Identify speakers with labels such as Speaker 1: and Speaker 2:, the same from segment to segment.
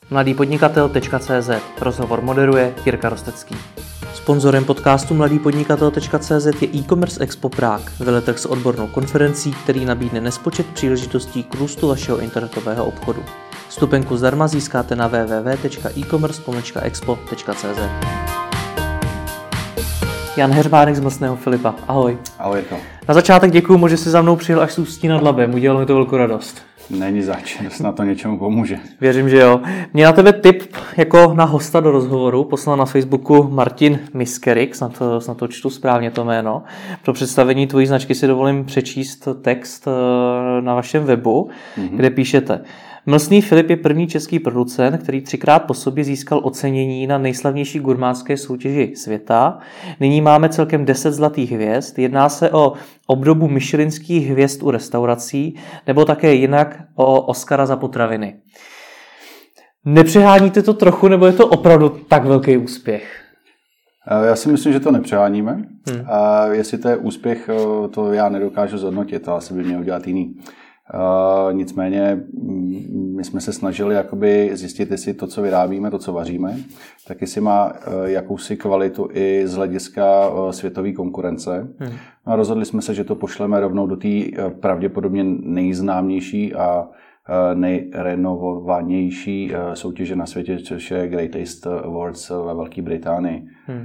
Speaker 1: mladýpodnikatel.cz. Rozhovor moderuje Jirka Rostecký. Sponzorem podcastu mladýpodnikatel.cz je e-commerce Expo Prague, veletrh s odbornou konferencí, který nabídne nespočet příležitostí k růstu vašeho internetového obchodu. Vstupenku zdarma získáte na www.ecommerce-expo.cz. Jan Heřmánek z Mlsného Filipa. Ahoj.
Speaker 2: Ahoj, Jirko.
Speaker 1: Na začátek děkuju, že jsi za mnou přijel až z Ústí nad Labem. Udělalo mi to velkou radost.
Speaker 2: Není zač, snad to něčemu pomůže.
Speaker 1: Věřím, že jo. Mě na tebe tip jako na hosta do rozhovoru poslal na Facebooku Martin Miskerik, snad to čtu správně to jméno. Pro představení tvojí značky si dovolím přečíst text na vašem webu, kde píšete: Mlsný Filip je první český producent, který 3krát po sobě získal ocenění na nejslavnější gurmánské soutěži světa. Nyní máme celkem 10 zlatých hvězd. Jedná se o obdobu michelinských hvězd u restaurací, nebo také jinak o Oscara za potraviny. Nepřeháníte to trochu, nebo je to opravdu tak velký úspěch?
Speaker 2: Já si myslím, že to nepřeháníme. A jestli to je úspěch, to já nedokážu zhodnotit, to asi by měl dělat jiný. Nicméně my jsme se snažili jakoby zjistit, jestli to, co vyrábíme, to, co vaříme, tak jestli má jakousi kvalitu i z hlediska světové konkurence. A rozhodli jsme se, že to pošleme rovnou do té pravděpodobně nejznámější a nejrenovovanější soutěže na světě, což je Great Taste Awards ve Velké Británii.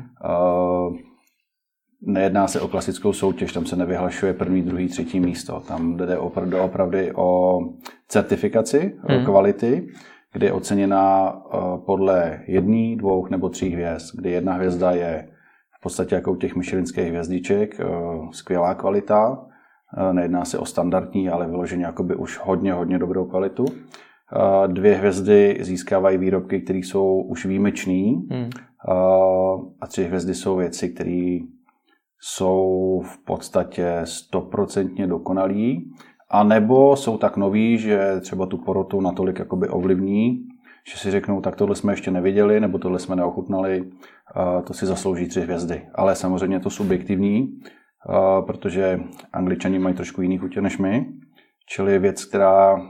Speaker 2: Nejedná se o klasickou soutěž, tam se nevyhlašuje první, druhý, třetí místo. Tam jde opravdu o certifikaci kvality, kdy je oceněná podle 1, 2 nebo 3 hvězd, kdy 1 hvězda je v podstatě jako u těch michelinských hvězdiček, skvělá kvalita. Nejedná se o standardní, ale vyloženě jakoby už hodně dobrou kvalitu. 2 hvězdy získávají výrobky, které jsou už výjimečný, a 3 hvězdy jsou věci, které jsou v podstatě 100% dokonalí, anebo jsou tak noví, že třeba tu porotu natolik jakoby ovlivní, že si řeknou, tak tohle jsme ještě neviděli, nebo tohle jsme neochutnali, to si zaslouží 3 hvězdy. Ale samozřejmě je to subjektivní, protože Angličani mají trošku jiný chutě než my, čili věc, která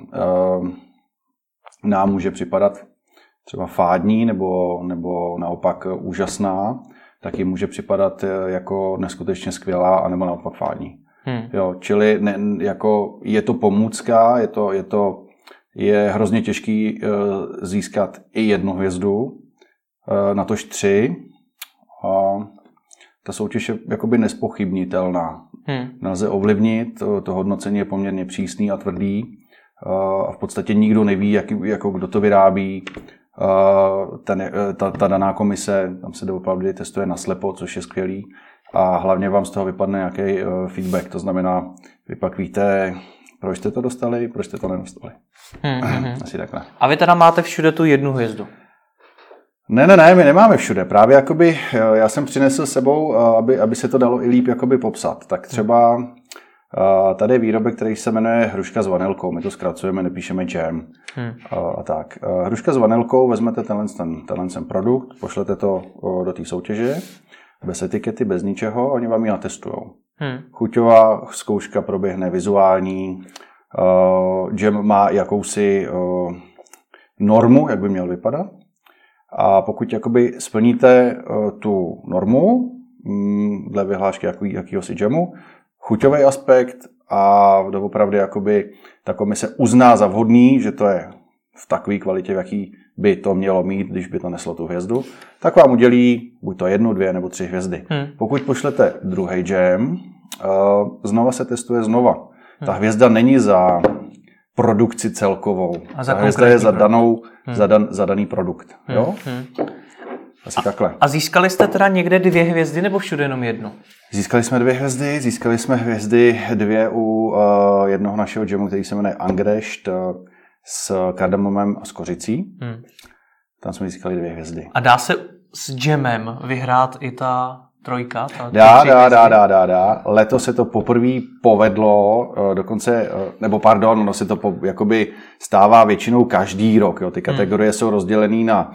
Speaker 2: nám může připadat třeba fádní nebo naopak úžasná, tak jim může připadat jako neskutečně skvělá, anebo naopak fádní. Jo, čili jako je to pomůcka, je hrozně těžký získat i 1 hvězdu, natož 3. A ta soutěž je jakoby nespochybnitelná. Nelze ovlivnit, to hodnocení je poměrně přísný a tvrdý a v podstatě nikdo neví, kdo to vyrábí. Ta daná komise, tam se doopravdy testuje naslepo, což je skvělý, a hlavně vám z toho vypadne nějaký feedback, to znamená, vy pak víte, proč jste to dostali, proč jste to nedostali. Asi takhle.
Speaker 1: A vy teda máte všude tu 1 hvězdu?
Speaker 2: Ne, my nemáme všude. Právě jakoby, já jsem přinesl s sebou, aby se to dalo i líp jakoby popsat. Tak třeba tady je výrobek, který se jmenuje hruška s vanilkou. My to zkracujeme, nepíšeme jam. A tak. Hruška s vanilkou, vezmete tenhle produkt, pošlete to do té soutěže, bez etikety, bez ničeho, a oni vám ji natestujou. Chuťová zkouška proběhne vizuální, jam má jakousi normu, jak by měl vypadat. A pokud jakoby splníte tu normu dle vyhlášky jakýhosi jamu, chuťový aspekt a doopravdy jakoby ta komise uzná za vhodný, že to je v takové kvalitě, v jaký by to mělo mít, když by to neslo tu hvězdu, tak vám udělí buď to 1, 2 nebo 3 hvězdy. Pokud pošlete druhý jam, znova se testuje znova. Ta hvězda není za produkci celkovou. Ta hvězda je za daný produkt. Jo? Asi takhle.
Speaker 1: A získali jste teda někde 2 hvězdy nebo všude jenom 1?
Speaker 2: Získali jsme 2 hvězdy. Získali jsme hvězdy 2 u jednoho našeho jamu, který se jmenuje Angrešt s kardamomem a s kořicí. Tam jsme získali 2 hvězdy.
Speaker 1: A dá se s jamem vyhrát i ta 3?
Speaker 2: Dá. Letos se to poprvé povedlo, dokonce, ono se to jakoby stává většinou každý rok. Jo. Ty kategorie jsou rozdělený na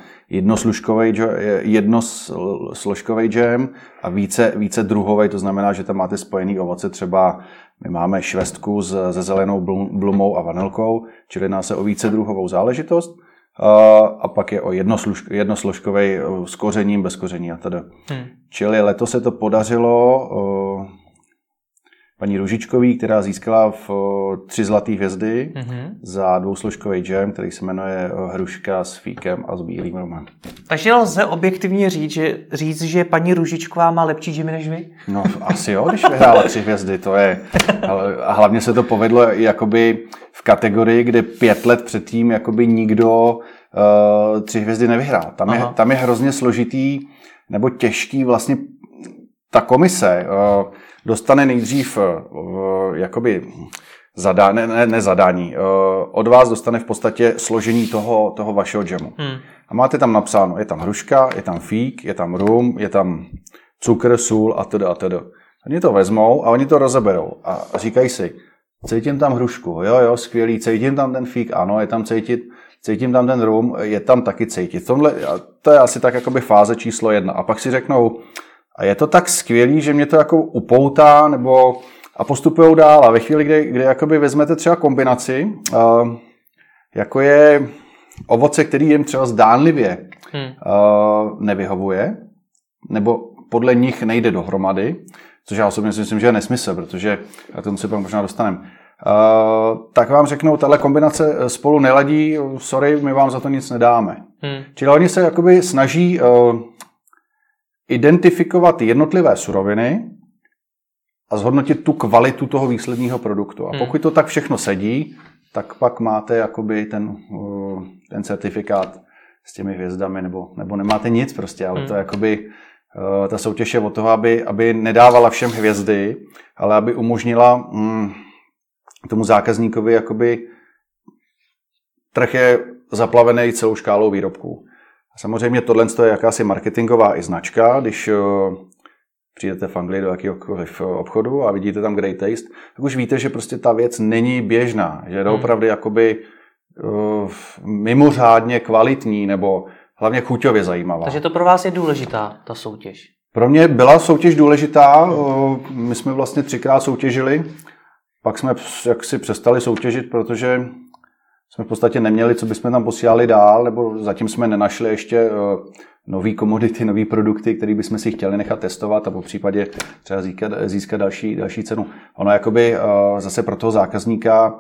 Speaker 2: jednosložkový jam a více druhový, to znamená, že tam máte spojený ovoce, třeba my máme švestku se zelenou blumou a vanilkou, čili jedná se o více druhovou záležitost. a pak je o jednosložkovej s kořením, bez koření a teda. Čili letos se to podařilo paní Růžičkový, která získala 3 zlaté hvězdy za 2složkový džem, který se jmenuje hruška s fíkem a s bílým rumem.
Speaker 1: Takže lze objektivně říct, že paní Růžičková má lepší džemy než vy?
Speaker 2: No asi jo, když vyhrála 3 hvězdy, to je. A hlavně se to povedlo jakoby v kategorii, kde 5 let předtím jakoby nikdo 3 hvězdy nevyhrál. Tam je hrozně složitý nebo těžký vlastně ta komise. Dostane nejdřív jakoby zadání. Od vás dostane v podstatě složení toho vašeho džemu. A máte tam napsáno, je tam hruška, je tam fík, je tam rum, je tam cukr, sůl a teda. Oni to vezmou a oni to rozeberou a říkají si, cítím tam hrušku, jo, skvělý, cítím tam ten fík, ano, je tam cítím tam ten rum, je tam taky cítit. To je asi tak jakoby fáze číslo 1. A pak si řeknou, a je to tak skvělý, že mě to jako upoutá, a postupujou dál. A ve chvíli, kdy jakoby vezmete třeba kombinaci, jako je ovoce, který jim třeba zdánlivě nevyhovuje, nebo podle nich nejde dohromady, což já osobně si myslím, že je nesmysl, protože a tomu se pak možná dostaneme. Tak vám řeknou, tahle kombinace spolu neladí, sorry, my vám za to nic nedáme. Čili oni se jakoby snaží identifikovat jednotlivé suroviny a zhodnotit tu kvalitu toho výsledního produktu. A pokud to tak všechno sedí, tak pak máte jakoby ten certifikát s těmi hvězdami, nebo nemáte nic prostě, ale to je jakoby ta soutěž je od toho, aby nedávala všem hvězdy, ale aby umožnila tomu zákazníkovi jakoby trh je zaplavený celou škálou výrobků. Samozřejmě tohle je jakási marketingová i značka, když přijdete v Anglii do jakéhokoliv obchodu a vidíte tam Great Taste, tak už víte, že prostě ta věc není běžná, že je opravdu jakoby mimořádně kvalitní nebo hlavně chuťově zajímavá.
Speaker 1: Takže to pro vás je důležitá, ta soutěž?
Speaker 2: Pro mě byla soutěž důležitá, my jsme vlastně 3krát soutěžili, pak jsme jaksi přestali soutěžit, protože jsme v podstatě neměli, co bychom tam posílali dál, nebo zatím jsme nenašli ještě nový komodity, nový produkty, které bychom si chtěli nechat testovat a po případě třeba získat další cenu. Ono jakoby zase pro toho zákazníka,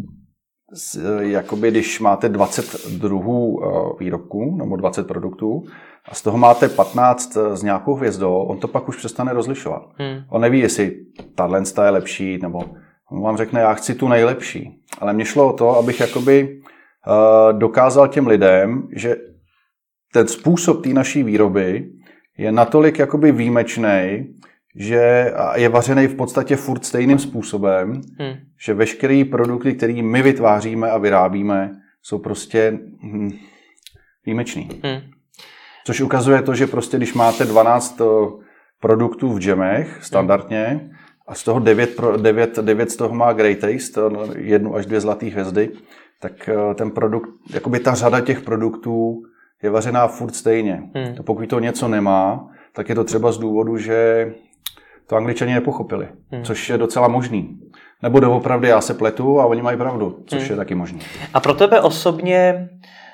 Speaker 2: jakoby když máte 20 druhů výrobků nebo 20 produktů a z toho máte 15 s nějakou hvězdou, on to pak už přestane rozlišovat. On neví, jestli tahle je lepší, nebo on vám řekne, já chci tu nejlepší. Ale mně šlo o to, abych jakoby dokázal těm lidem, že ten způsob té naší výroby je natolik jakoby výjimečný, že je vařený v podstatě furt stejným způsobem, že veškeré produkty, které my vytváříme a vyrábíme, jsou prostě výjimečný. Což ukazuje to, že prostě když máte 12 produktů v džemech standardně a z toho 9 z toho má Great Taste, 1 až 2 zlaté hvězdy, tak ten produkt, jakoby ta řada těch produktů je vařená furt stejně. Pokud to něco nemá, tak je to třeba z důvodu, že to Angličani nepochopili, což je docela možný. Nebo doopravdy já se pletu a oni mají pravdu, což je taky možný.
Speaker 1: A pro tebe osobně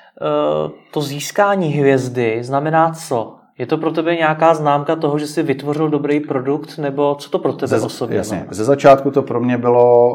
Speaker 1: to získání hvězdy znamená co? Je to pro tebe nějaká známka toho, že jsi vytvořil dobrý produkt, nebo co to pro tebe osobně
Speaker 2: jasně. Ze začátku to pro mě bylo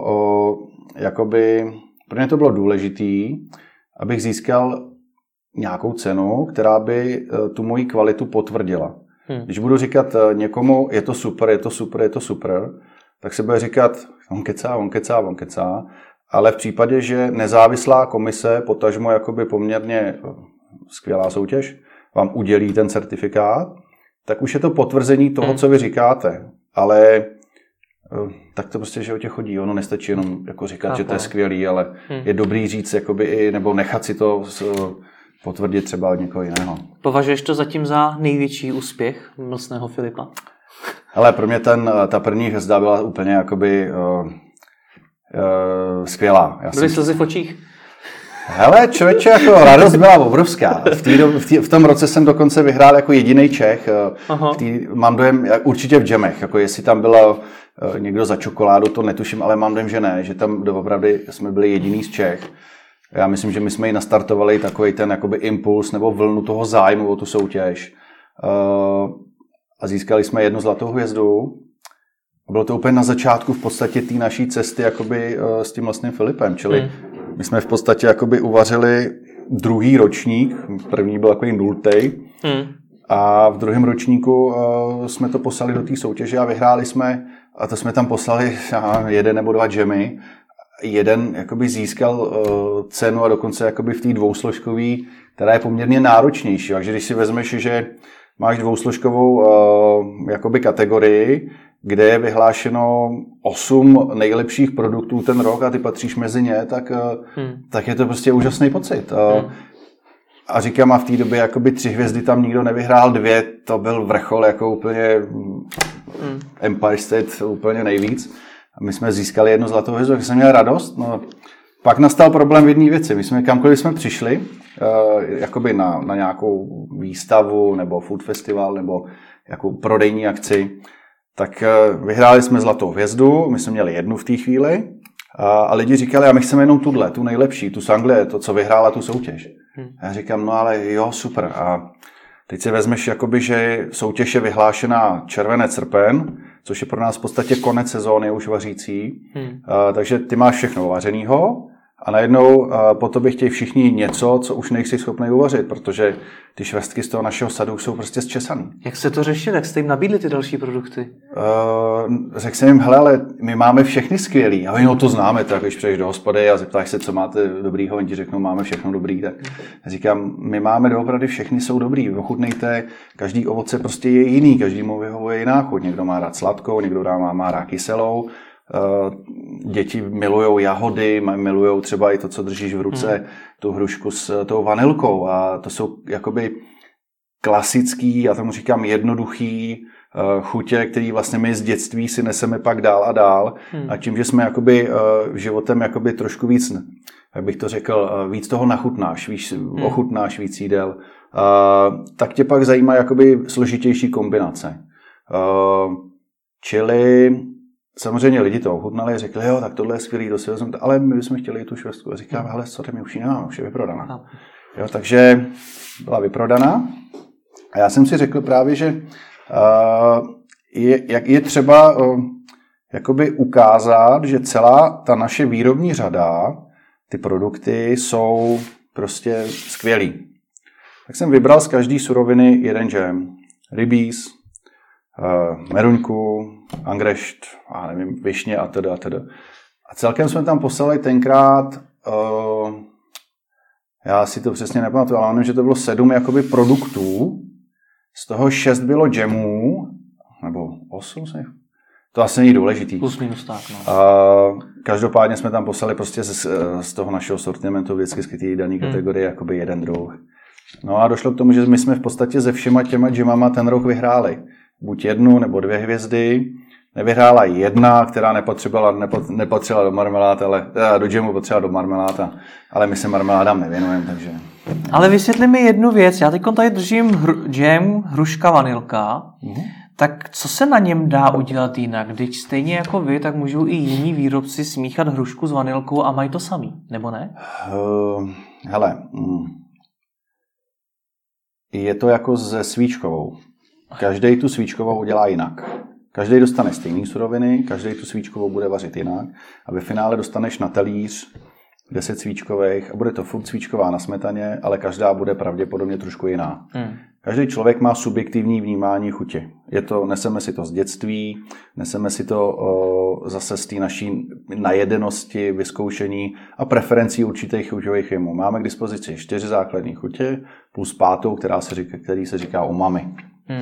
Speaker 2: pro mě to bylo důležitý, abych získal nějakou cenu, která by tu moji kvalitu potvrdila. Když budu říkat někomu, je to super, tak se bude říkat, on kecá, ale v případě, že nezávislá komise, potažmo jakoby poměrně skvělá soutěž, vám udělí ten certifikát, tak už je to potvrzení toho, co vy říkáte. Ale tak to prostě životě chodí. Ono nestačí jenom jako říkat, že to je skvělý, ale je dobrý říct, jakoby, nebo nechat si to potvrdit třeba od někoho jiného.
Speaker 1: Považuješ to zatím za největší úspěch Mlsného Filipa?
Speaker 2: Ale pro mě ta první hvězda byla úplně jakoby skvělá.
Speaker 1: Byly slzy v očích?
Speaker 2: Hele, člověče, jako radost byla obrovská. V tom roce jsem dokonce vyhrál jako jediný Čech. Mám dojem, určitě v džemech, jako jestli tam byla někdo za čokoládu, to netuším, ale mám dojem, že ne, že tam doopravdy jsme byli jediný z Čech. Já myslím, že my jsme ji nastartovali takový ten jakoby impuls nebo vlnu toho zájmu o tu soutěž. A získali jsme 1 zlatou hvězdu. A bylo to úplně na začátku v podstatě té naší cesty jakoby s tím vlastním Filipem. Čili my jsme v podstatě jakoby uvařili 2. ročník, první byl takový 0. A v 2. ročníku jsme to poslali do té soutěže a vyhráli jsme, a to jsme tam poslali 1 nebo 2 džemy. Jeden jakoby získal cenu a dokonce jakoby v té dvousložkový, která je poměrně náročnější. Takže když si vezmeš, že máš dvousložkovou jakoby kategorii, kde je vyhlášeno 8 nejlepších produktů ten rok a ty patříš mezi ně, tak je to prostě úžasný pocit. A říkám, a v té době jakoby 3 hvězdy tam nikdo nevyhrál, 2, to byl vrchol jako úplně Empire State úplně nejvíc. A my jsme získali 1 zlatou hvězdu, takže jsem měl radost. No, pak nastal problém v jedné věci. My jsme kamkoliv jsme přišli, jakoby na nějakou výstavu nebo food festival nebo nějakou prodejní akci, tak vyhráli jsme zlatou hvězdu, my jsme měli 1 v té chvíli a lidi říkali, a my chceme jenom tuhle, tu nejlepší, tu z Anglie, to, co vyhrála tu soutěž. A já říkám, no ale jo, super. A teď si vezmeš, jakoby, že soutěž je vyhlášená červenec, srpen, což je pro nás v podstatě konec sezóny už vařící. Takže ty máš všechno uvařenýho a najednou po tobě chtějí všichni něco, co už nejsi schopný uvařit, protože ty švestky z toho našeho sadu jsou prostě zčesaný.
Speaker 1: Jak se to řešilo? Jak jste jim nabídli ty další produkty?
Speaker 2: Řekl jsem jim, hele, ale my máme všechny skvělý. A no to známe, tak když přijdeš do hospody a zeptáš se, co máte dobrýho, oni ti řeknou, máme všechno dobrý. Tak říkám, my máme doopravdy všechny jsou dobrý. Ochutnejte, každý ovoce prostě je jiný, každému vyhovuje jiná chuť. Někdo má rád sladkou, někdo má rád kyselou. Děti milujou jahody, milujou třeba i to, co držíš v ruce, tu hrušku s tou vanilkou a to jsou jakoby klasický, já tomu říkám jednoduchý chutě, který vlastně my z dětství si neseme pak dál a dál a tím, že jsme jakoby životem jakoby trošku víc, jak bych to řekl, víc toho nachutnáš, ochutnáš víc jídel, tak tě pak zajímá jakoby složitější kombinace. Čili samozřejmě lidi to ochutnali, řekli, jo, tak tohle je skvělý, ale my bychom chtěli i tu švestku. A říkáme, hele, co my už ji nemáme, už je vyprodaná. Jo, takže byla vyprodaná. A já jsem si řekl právě, že je třeba jakoby ukázat, že celá ta naše výrobní řada, ty produkty jsou prostě skvělý. Tak jsem vybral z každé suroviny 1 džem. Rybíz, meruňku, angrešt, višně a teda. A celkem jsme tam poslali tenkrát, já si to přesně nepamatuju, ale vím, že to bylo 7 jakoby produktů, z toho 6 bylo džemů, nebo 8, to asi není důležitý.
Speaker 1: Plus minus tak, no.
Speaker 2: Každopádně jsme tam poslali prostě z toho našeho sortimentu vždycky z té dané kategorie jakoby 1 druh. No a došlo k tomu, že my jsme v podstatě se všema těma džemama ten rok vyhráli. Buď 1 nebo 2 hvězdy. Nevyhrála 1, která nepatřila do marmeláta, ale do džemu potřeba do marmeláta, ale my se marmeládám nevěnujeme, takže...
Speaker 1: Ale vysvětli mi jednu věc, já teď tady držím džem hruška vanilka, tak co se na něm dá udělat jinak? Když stejně jako vy, tak můžou i jiní výrobci smíchat hrušku s vanilkou a mají to samý, nebo ne?
Speaker 2: Je to jako se svíčkovou. Každý tu svíčkovou udělá jinak. Každý dostane stejné suroviny, každý tu svíčkovou bude vařit jinak a ve finále dostaneš na talíř 10 svíčkových a bude to furt svíčková na smetaně, ale každá bude pravděpodobně trošku jiná. Každý člověk má subjektivní vnímání chutě. Neseme si to z dětství, neseme si to zase z té naší najedenosti, vyzkoušení a preferencí určitých chuťových jemů. Máme k dispozici 4 základní chutě plus 5, který se říká umami.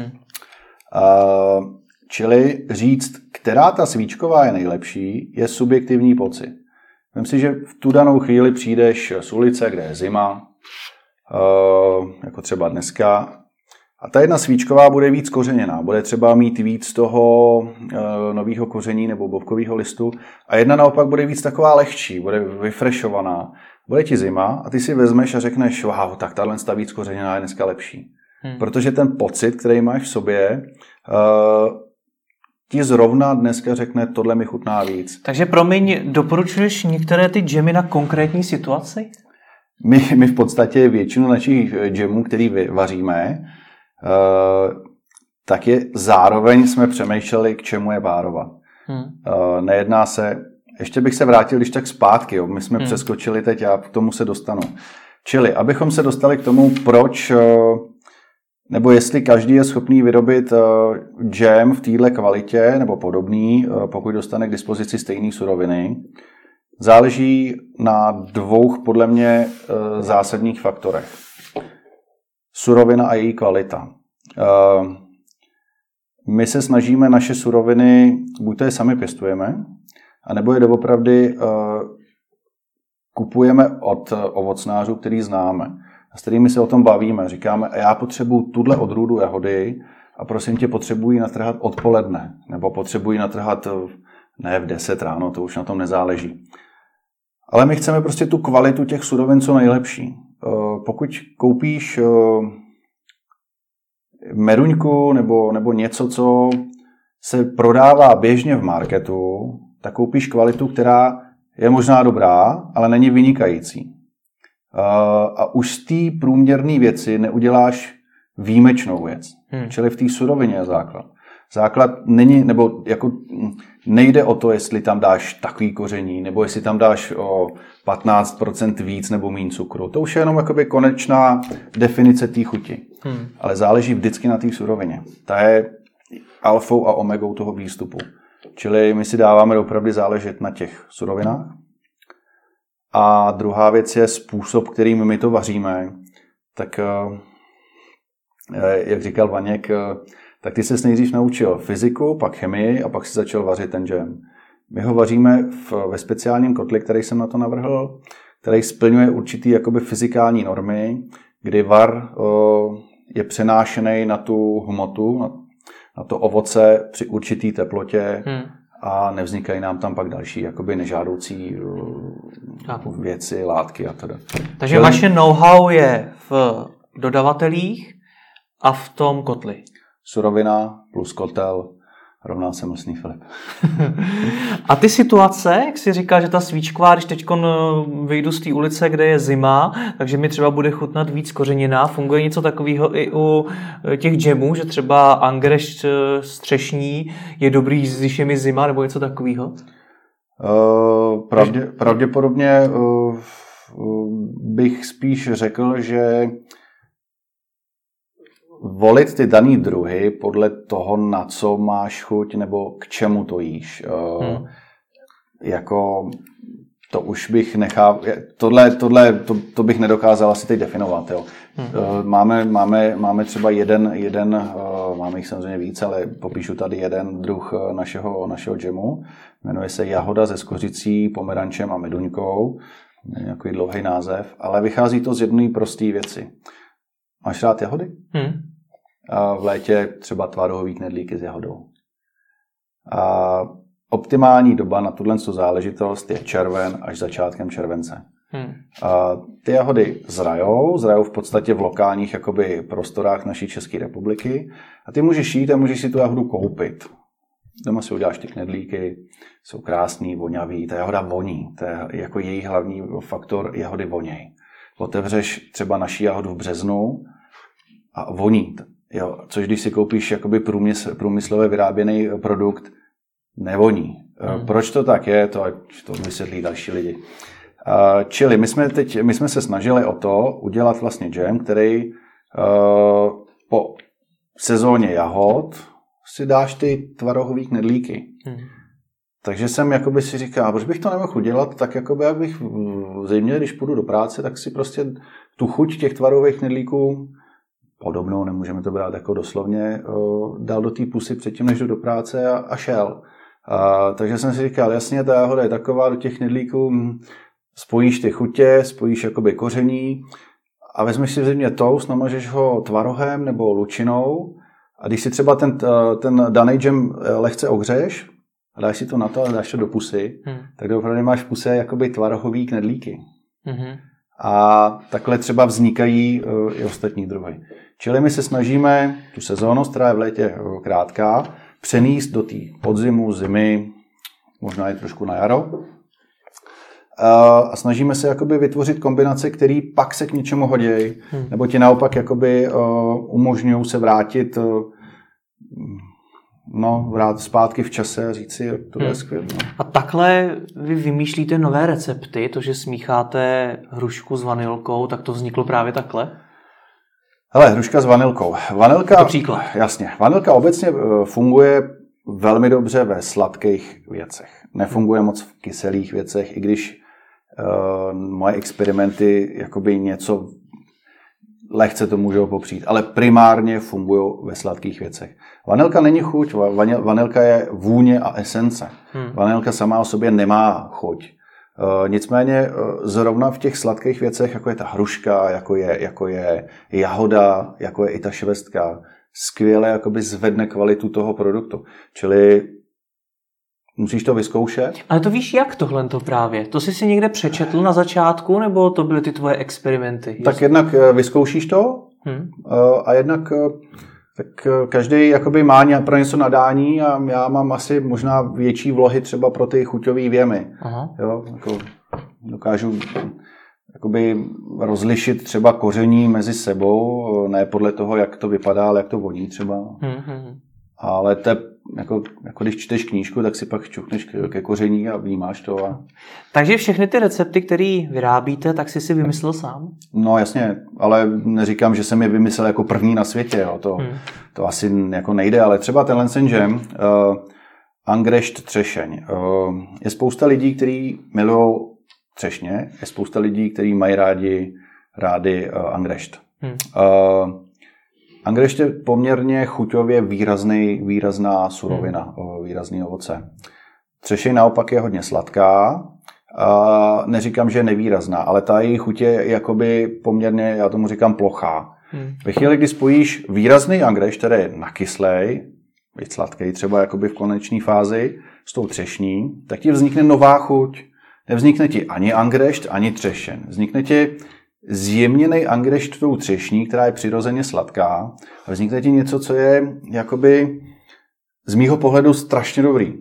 Speaker 2: Čili říct, která ta svíčková je nejlepší, je subjektivní pocit. Myslím si, že v tu danou chvíli přijdeš z ulice, kde je zima, jako třeba dneska, a ta jedna svíčková bude víc kořeněná, bude třeba mít víc toho nového koření nebo bobkového listu a jedna naopak bude víc taková lehčí, bude vyfrešovaná. Bude ti zima a ty si vezmeš a řekneš, wow, tak tahle víc kořeněná je dneska lepší. Protože ten pocit, který máš v sobě, ti zrovna dneska řekne, tohle mi chutná víc.
Speaker 1: Takže promiň, doporučuješ některé ty džemy na konkrétní situaci?
Speaker 2: my v podstatě většinu našich džemů, který vaříme, tak je zároveň jsme přemýšleli, k čemu je párovat. Nejedná se, ještě bych se vrátil když tak zpátky, jo. My jsme přeskočili teď a k tomu se dostanu. Čili, abychom se dostali k tomu, proč, nebo jestli každý je schopný vyrobit džem v této kvalitě, nebo podobný, pokud dostane k dispozici stejné suroviny, záleží na dvou, podle mě, zásadních faktorech. Surovina a její kvalita. My se snažíme naše suroviny, buď to je sami pěstujeme, anebo je doopravdy kupujeme od ovocnářů, který známe. A s kterými se o tom bavíme. Říkáme, já potřebuji tuhle odrůdu jahody a prosím tě, potřebuji natrhat odpoledne. Nebo potřebuji natrhat ne v 10 ráno, to už na tom nezáleží. Ale my chceme prostě tu kvalitu těch surovin co nejlepší. Pokud koupíš meruňku nebo něco, co se prodává běžně v marketu, tak koupíš kvalitu, která je možná dobrá, ale není vynikající. A už z té průměrné věci neuděláš výjimečnou věc. Čili v té surovině je základ. Základ není, nebo jako nejde o to, jestli tam dáš takový koření, nebo jestli tam dáš o 15% víc nebo méně cukru. To už je jenom jakoby konečná definice té chuti. Ale záleží vždycky na té surovině. Ta je alfou a omegou toho výstupu. Čili my si dáváme opravdu záležet na těch surovinách. A druhá věc je způsob, kterým my to vaříme. Tak, jak říkal Vaněk, tak ty ses nejdřív naučil fyziku, pak chemii a pak si začal vařit ten džem. My ho vaříme ve speciálním kotli, který jsem na to navrhl, který splňuje určitý jakoby fyzikální normy, kdy var je přenášený na tu hmotu, na to ovoce při určitý teplotě a nevznikají nám tam pak další jakoby nežádoucí věci, látky a teda.
Speaker 1: Takže vaše know-how je v dodavatelích a v tom kotli.
Speaker 2: Surovina plus kotel rovná se mlsný Filip.
Speaker 1: A ty situace, jak jsi říkal, že ta svíčková, když teď vyjdu z té ulice, kde je zima, takže mi třeba bude chutnat víc kořenina, funguje něco takového i u těch džemů, že třeba angreš střešní je dobrý, když je mi zima, nebo něco takového?
Speaker 2: Pravděpodobně bych spíš řekl, že volit ty daný druhy podle toho, na co máš chuť nebo k čemu to jíš. Jako to už bych nechal, to bych nedokázal asi teď definovat. Jo. Máme třeba jeden, máme jich samozřejmě víc, ale popíšu tady jeden druh našeho džemu. Jmenuje se jahoda se skořicí, pomerančem a meduňkou. Nějaký dlouhý název, ale vychází to z jedné prosté věci. Máš rád jahody? A v létě třeba tvarohový knedlíky s jahodou. A optimální doba na tuhle záležitost je červen až začátkem července. A ty jahody zrajou v podstatě v lokálních jakoby prostorách naší České republiky a ty můžeš jít a můžeš si tu jahodu koupit. Doma si uděláš ty knedlíky, jsou krásný, voňavý, ta jahoda voní, to je jako její hlavní faktor, jahody voněj. Otevřeš třeba naší jahodu v březnu a voní. Jo, což když si koupíš jakoby průmyslově vyráběný produkt, nevoní. Proč to tak je, to vysvětlí další lidi. Čili my jsme se snažili o to udělat vlastně džem, který po sezóně jahod si dáš ty tvarohový knedlíky. Takže jsem jakoby si říkal, proč bych to nemohl udělat, tak jakoby, abych zřejmě, když půjdu do práce, tak si prostě tu chuť těch tvarohových knedlíků podobnou, nemůžeme to brát jako doslovně, dal do té pusy předtím, než jdu do práce a šel. Takže jsem si říkal, jasně, ta jahoda je taková, do těch knedlíků spojíš ty chutě, spojíš jakoby koření a vezmeš si v zimě toast, namažeš ho tvarohem nebo lučinou a když si třeba ten daný džem lehce ohřeješ a dáš si to na to a dáš to do pusy, tak opravdu máš v puse jakoby tvarohový knedlíky. A takhle třeba vznikají i ostatní druhy. Čili my se snažíme tu sezónnost, která je v létě krátká, přenést do té podzimu, zimy, možná i trošku na jaro. a snažíme se jakoby vytvořit kombinace, které pak se k něčemu hodí, nebo ti naopak jakoby umožňují se vrátit zpátky v čase a říct si, to je skvělé.
Speaker 1: A takhle vy vymýšlíte nové recepty, to, že smícháte hrušku s vanilkou, tak to vzniklo právě takhle?
Speaker 2: Hele, hruška s vanilkou. Vanilka,
Speaker 1: to příklad.
Speaker 2: Jasně. Vanilka obecně funguje velmi dobře ve sladkých věcech. Nefunguje moc v kyselých věcech, i když moje experimenty jakoby něco lehce to můžou popřít, ale primárně fungují ve sladkých věcech. Vanilka není chuť, vanilka je vůně a esence. Vanilka sama o sobě nemá chuť. Nicméně zrovna v těch sladkých věcech, jako je ta hruška, jako je jahoda, jako je i ta švestka, skvěle jakoby zvedne kvalitu toho produktu. Čili musíš to vyzkoušet.
Speaker 1: Ale to víš jak tohle to právě? To jsi si někde přečetl na začátku, nebo to byly ty tvoje experimenty?
Speaker 2: Tak jednak vyzkoušíš to a jednak tak každý jakoby má pro něco nadání a já mám asi možná větší vlohy třeba pro ty chuťové věmy. Jo, jako dokážu jakoby rozlišit třeba koření mezi sebou, ne podle toho, jak to vypadá, ale jak to voní třeba. Ale to jako když čteš knížku, tak si pak čuchneš ke koření a vnímáš to.
Speaker 1: Takže všechny ty recepty, které vyrábíte, tak jsi si vymyslel sám?
Speaker 2: No jasně, ale neříkám, že jsem je vymyslel jako první na světě. Jo. To asi jako nejde, ale třeba tenhle džem, angrešt třešeň. Je spousta lidí, kteří milují třešně, je spousta lidí, kteří mají rádi angrešt. Angrešt je poměrně chuťově výrazná surovina, výrazný ovoce. Třešeň naopak je hodně sladká. Neříkám, že je nevýrazná, ale ta její chuť je jakoby poměrně, já tomu říkám, plochá. Ve chvíli, kdy spojíš výrazný angrešt, který je nakyslej, víc sladký třeba jakoby v konečné fázi, s tou třešní, tak ti vznikne nová chuť. Nevznikne ti ani angrešt, ani třešeň. Vznikne ti zjemněnej angrešt tou třešní, která je přirozeně sladká, a vznikne ti něco, co je jakoby z mýho pohledu strašně dobrý.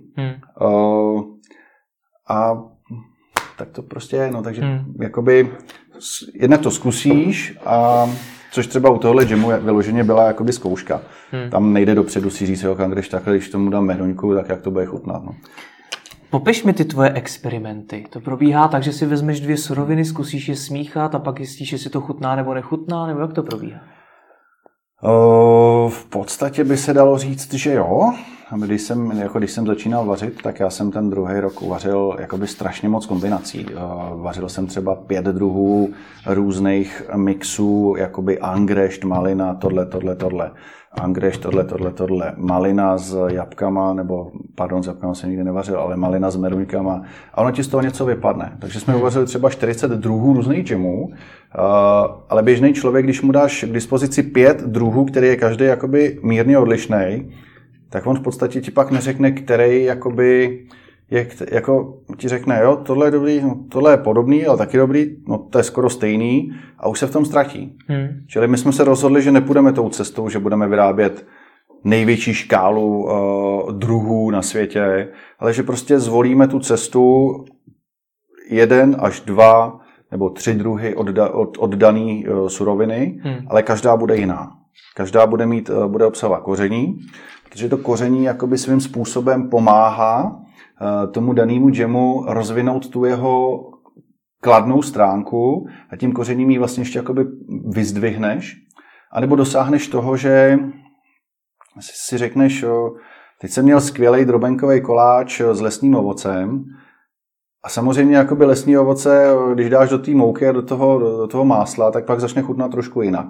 Speaker 2: A tak to prostě je, no, takže jakoby jednak to zkusíš, a což třeba u tohohle džemu vyloženě byla jakoby zkouška. Tam nejde dopředu si říct, angrešt takhle, když tomu dám medoňku, tak jak to bude chutnat. No.
Speaker 1: Popiš mi ty tvoje experimenty. To probíhá tak, že si vezmeš 2 suroviny, zkusíš je smíchat a pak zjistíš, jestli to chutná nebo nechutná, nebo jak to probíhá?
Speaker 2: V podstatě by se dalo říct, že jo. Když jsem začínal vařit, tak já jsem ten druhý rok uvařil jakoby strašně moc kombinací. Vařil jsem třeba 5 druhů různých mixů, jakoby angrešt, malina, tohle. Angrešt, tohle. Malina s jabkama, s jabkama jsem nikdy nevařil, ale malina s meruňkama. A ono ti z toho něco vypadne. Takže jsme uvařili třeba 40 druhů různých džemů, ale běžný člověk, když mu dáš k dispozici 5 druhů, který je každý jakoby mírně odlišný, tak on v podstatě ti pak neřekne, který jakoby jako ti řekne, jo, tohle je dobrý, no, tohle je podobný, ale taky dobrý, no to je skoro stejný, a už se v tom ztratí. Čili my jsme se rozhodli, že nepůjdeme tou cestou, že budeme vyrábět největší škálu druhů na světě, ale že prostě zvolíme tu cestu 1 až 2 nebo 3 druhy od dané suroviny, ale každá bude jiná. Každá bude obsahovat koření, protože to koření jakoby svým způsobem pomáhá tomu danému džemu rozvinout tu jeho kladnou stránku a tím kořením ji vlastně ještě jakoby vyzdvihneš, anebo dosáhneš toho, že si řekneš, teď jsem měl skvělej drobenkový koláč s lesním ovocem, a samozřejmě jakoby lesní ovoce, když dáš do té mouky a do toho másla, tak pak začne chutnat trošku jinak.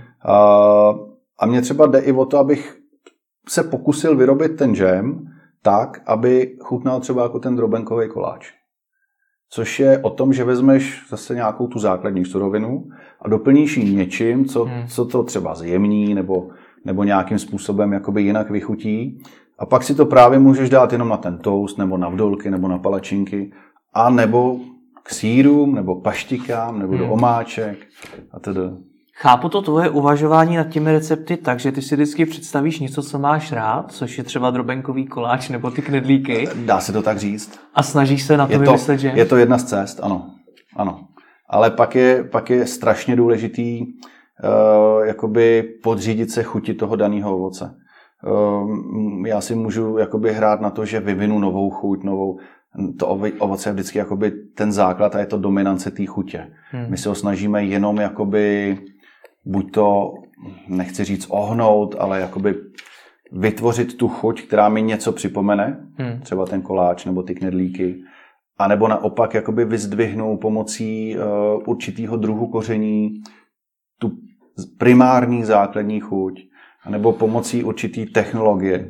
Speaker 2: A mně třeba jde i o to, abych se pokusil vyrobit ten džem tak, aby chutnal třeba jako ten drobenkový koláč. Což je o tom, že vezmeš zase nějakou tu základní surovinu a doplníš ji něčím, co to třeba zjemní nebo nějakým způsobem jakoby jinak vychutí. A pak si to právě můžeš dát jenom na ten toast, nebo na vdolky, nebo na palačinky, a nebo k sýrům, nebo paštikám, nebo do omáček a tedy.
Speaker 1: Chápu to tvoje uvažování nad těmi recepty tak, že ty si vždycky představíš něco, co máš rád, což je třeba drobenkový koláč nebo ty knedlíky.
Speaker 2: Dá se to tak říct.
Speaker 1: A snažíš se na to vymyslet, že?
Speaker 2: Je to jedna z cest, ano. Ale pak je strašně důležitý jakoby podřídit se chuti toho daného ovoce. Já si můžu jakoby hrát na to, že vyvinu novou chuť, to ovoce je vždycky jakoby ten základ a je to dominance té chutě. My se ho snažíme jenom jakoby buď to, nechci říct ohnout, ale jakoby vytvořit tu chuť, která mi něco připomene, třeba ten koláč nebo ty knedlíky, a nebo naopak jakoby vyzdvihnu pomocí určitého druhu koření tu primární základní chuť, nebo pomocí určitý technologie,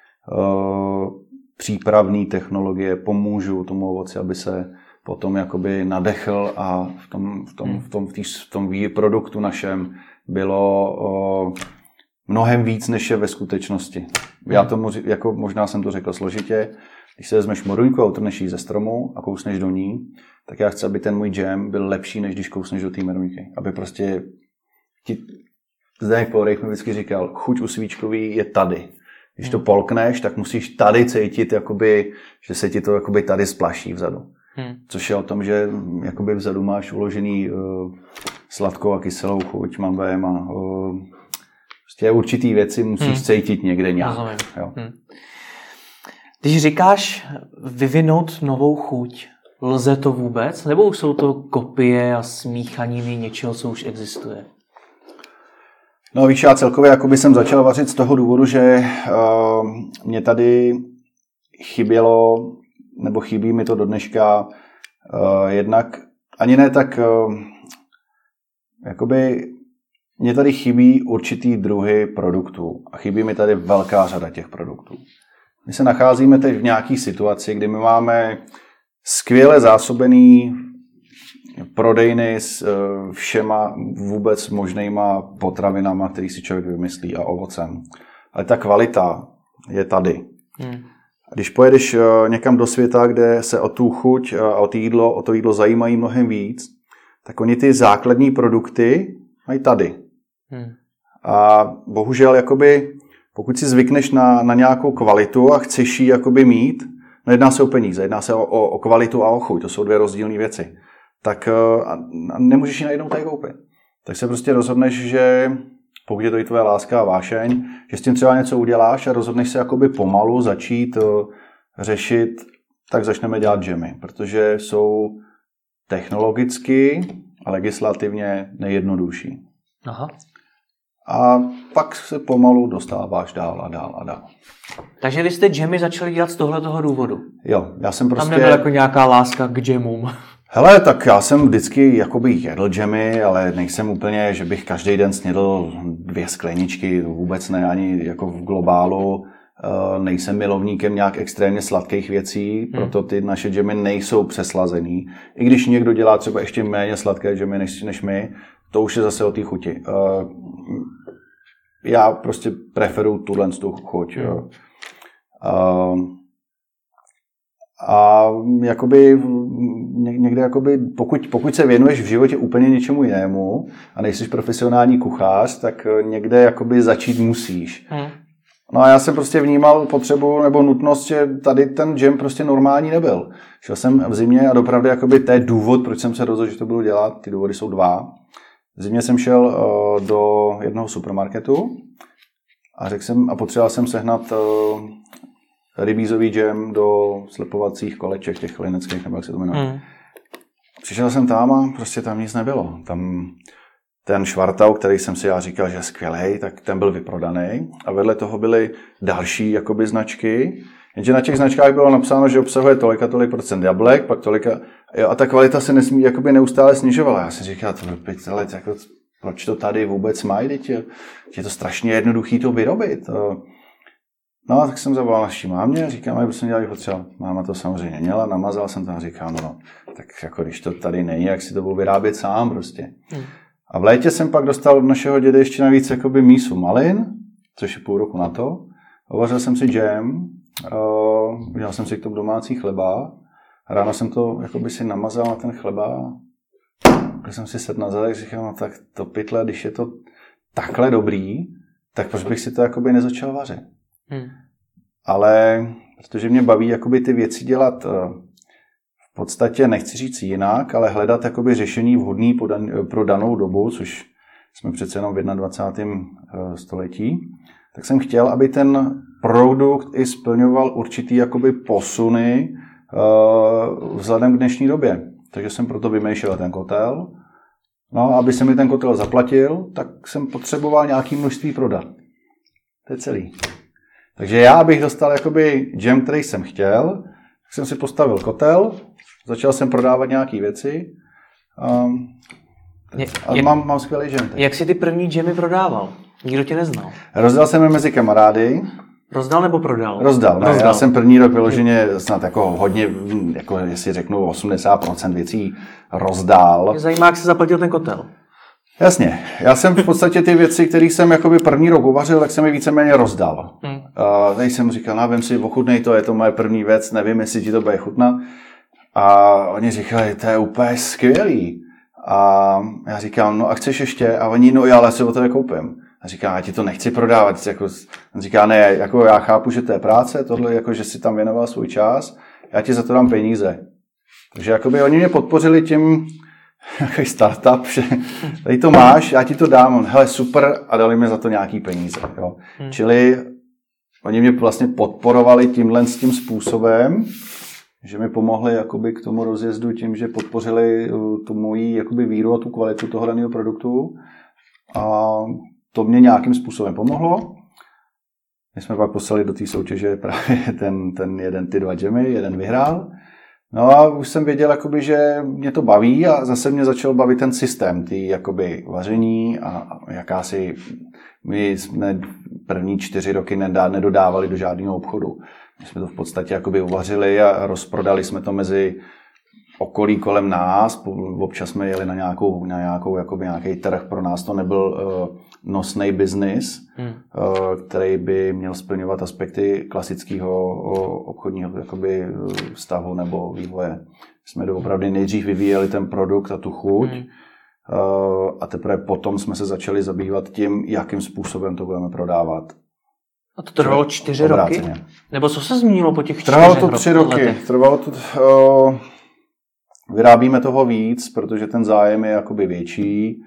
Speaker 2: přípravné technologie pomůžu tomu ovoci, aby se potom jakoby nadechl a v tom produktu našem bylo mnohem víc, než je ve skutečnosti. Já tomu, jako možná jsem to řekl složitě, když se vezmeš moruňku a utrneš ji ze stromu a kousneš do ní, tak já chci, aby ten můj džem byl lepší, než když kousneš do té moruňky. Aby prostě Zdeněk Polrejch mi vždycky říkal, chuť u svíčkový je tady. Když to polkneš, tak musíš tady cítit, jakoby, že se ti to jakoby tady splaší vzadu. Což je o tom, že jakoby vzadu máš uložený sladkou a kyselou chuť, mambém a prostě určitý věci musíš cítit někde nějak. Jo.
Speaker 1: Když říkáš vyvinout novou chuť, lze to vůbec? Nebo už jsou to kopie a smíchaniny něčeho, co už existuje?
Speaker 2: No víš, já celkově jakoby jsem začal vařit z toho důvodu, že mě tady chybělo, nebo chybí mi to do dneška, jednak ani ne tak, jakoby mě tady chybí určitý druhy produktů a chybí mi tady velká řada těch produktů. My se nacházíme teď v nějaké situaci, kdy my máme skvěle zásobený prodejny s všema vůbec možnýma potravinama, který si člověk vymyslí a ovocem. Ale ta kvalita je tady. A když pojedeš někam do světa, kde se o tu chuť a o to jídlo zajímají mnohem víc, tak oni ty základní produkty mají tady. A bohužel, jakoby, pokud si zvykneš na nějakou kvalitu a chceš ji jakoby mít, nejedná se o peníze, jedná se o kvalitu a o chuť, to jsou dvě rozdílné věci, tak nemůžeš ji najednou tady koupit. Tak se prostě rozhodneš, že pokud je to i tvoje láska a vášeň, že s tím třeba něco uděláš a rozhodneš se jakoby pomalu začít řešit, tak začneme dělat džemy, protože jsou technologicky a legislativně nejjednodušší.
Speaker 1: Aha.
Speaker 2: A pak se pomalu dostáváš dál a dál a dál.
Speaker 1: Takže vy jste džemy začali dělat z tohletoho důvodu?
Speaker 2: Jo, já jsem prostě...
Speaker 1: Tam nebyla jako nějaká láska k džemům?
Speaker 2: Hele, tak já jsem vždycky jakoby jedl džemy, ale nejsem úplně, že bych každý den snědl 2 skleničky, vůbec ne, ani jako v globálu. Nejsem milovníkem nějak extrémně sladkých věcí, proto ty naše džemy nejsou přeslazený. I když někdo dělá třeba ještě méně sladké džemy než my, to už je zase o té chuti. Já prostě preferuji tu chuť. A jakoby někde jakoby, pokud se věnuješ v životě úplně něčemu jinému a nejsi profesionální kuchař, tak někde jakoby začít musíš. No a já jsem prostě vnímal potřebu nebo nutnost, že tady ten džem prostě normální nebyl. Šel jsem v zimě a dopravdy jakoby to je důvod, proč jsem se rozhodl, že to budu dělat. Ty důvody jsou 2. V zimě jsem šel do jednoho supermarketu a potřeboval jsem sehnat rybízový džem do slepovacích koleček, těch lineckých, nebo jak se to jmenuje. Přišel jsem tam a prostě tam nic nebylo. Tam ten švartau, který jsem si já říkal, že je skvělej, tak ten byl vyprodaný. A vedle toho byly další jakoby značky. Jenže na těch značkách bylo napsáno, že obsahuje tolik a tolik procent jablek, pak tolika... Jo, a ta kvalita se nesmí jakoby neustále snižovala. Já jsem říkal, to by jako, proč to tady vůbec mají, teď je to strašně jednoduchý to vyrobit. No, tak jsem zavolal naší mámě a říkám, jak jsem dělal potřeba. Máma to samozřejmě měla, namazal jsem to a říkal, no, tak jako když to tady není, jak si to budu vyrábět sám prostě. A v létě jsem pak dostal od našeho dědy ještě navíc jakoby mísu malin, což je půl roku na to. Uvařil jsem si džem, udělal jsem si k tomu domácí chleba. Ráno jsem to jakoby si namazal na ten chleba. když jsem si sedl na zadek, říkal, no tak to pytle, když je to takhle dobrý, tak proč bych si to jakoby nezačal vařit. Ale protože mě baví jakoby ty věci dělat v podstatě, nechci říct jinak, ale hledat jakoby řešení vhodné pro danou dobu, což jsme přece jenom v 21. století, tak jsem chtěl, aby ten produkt i splňoval určitý jakoby posuny vzhledem k dnešní době. Takže jsem proto vymýšlel ten kotel. No a aby se mi ten kotel zaplatil, tak jsem potřeboval nějaké množství prodat. To je celý. Takže já, abych dostal jakoby džem, který jsem chtěl, tak jsem si postavil kotel, začal jsem prodávat nějaké věci a mám skvělý džem.
Speaker 1: Jak jsi ty první džemy prodával? Nikdo tě neznal.
Speaker 2: Rozdal jsem je mezi kamarády.
Speaker 1: Rozdal nebo prodal?
Speaker 2: Rozdal. Já jsem první rok vyloženě snad jako hodně, jako jestli řeknu 80% věcí rozdál.
Speaker 1: Mě zajímá, jak jsi zaplatil ten kotel.
Speaker 2: Jasně. Já jsem v podstatě ty věci, které jsem jakoby první rok uvařil, tak jsem je víceméně rozdal. Tady jsem říkal, vem si, ochutnej to, je to moje první věc, nevím, jestli ti to bude chutnat. A oni říkali, to je úplně skvělý. A já říkám, no a chceš ještě? A oni, no já ale si o to koupím. A říká, já ti to nechci prodávat. Jako, on říká, ne, jako já chápu, že to je práce, tohle, jako, že si tam věnoval svůj čas, já ti za to dám peníze. Takže jakoby oni mě podpořili tím, jaký startup, že tady to máš, já ti to dám, hele super, a dali mi za to nějaký peníze. Jo. Čili oni mě vlastně podporovali tímhle s tím způsobem, že mi pomohli jakoby k tomu rozjezdu tím, že podpořili tu moji jakoby víru a tu kvalitu toho daného produktu. A to mě nějakým způsobem pomohlo. My jsme pak poslali do té soutěže právě ty 2 džemy, jeden vyhrál. No a už jsem věděl, jakoby, že mě to baví a zase mě začal bavit ten systém, ty jakoby vaření a jakási, my jsme první 4 roky nedodávali do žádného obchodu. My jsme to v podstatě jakoby uvařili a rozprodali jsme to mezi okolí kolem nás, občas jsme jeli na nějaký trh, pro nás to nebyl nosný biznis, který by měl splňovat aspekty klasického obchodního jakoby vztahu nebo vývoje. Jsme doopravdy nejdřív vyvíjeli ten produkt a tu chuť a teprve potom jsme se začali zabývat tím, jakým způsobem to budeme prodávat.
Speaker 1: A to trvalo 4 roky? Nebo co se změnilo po těch 4
Speaker 2: Trvalo to 3 roky. Trvalo to... Vyrábíme toho víc, protože ten zájem je jakoby větší.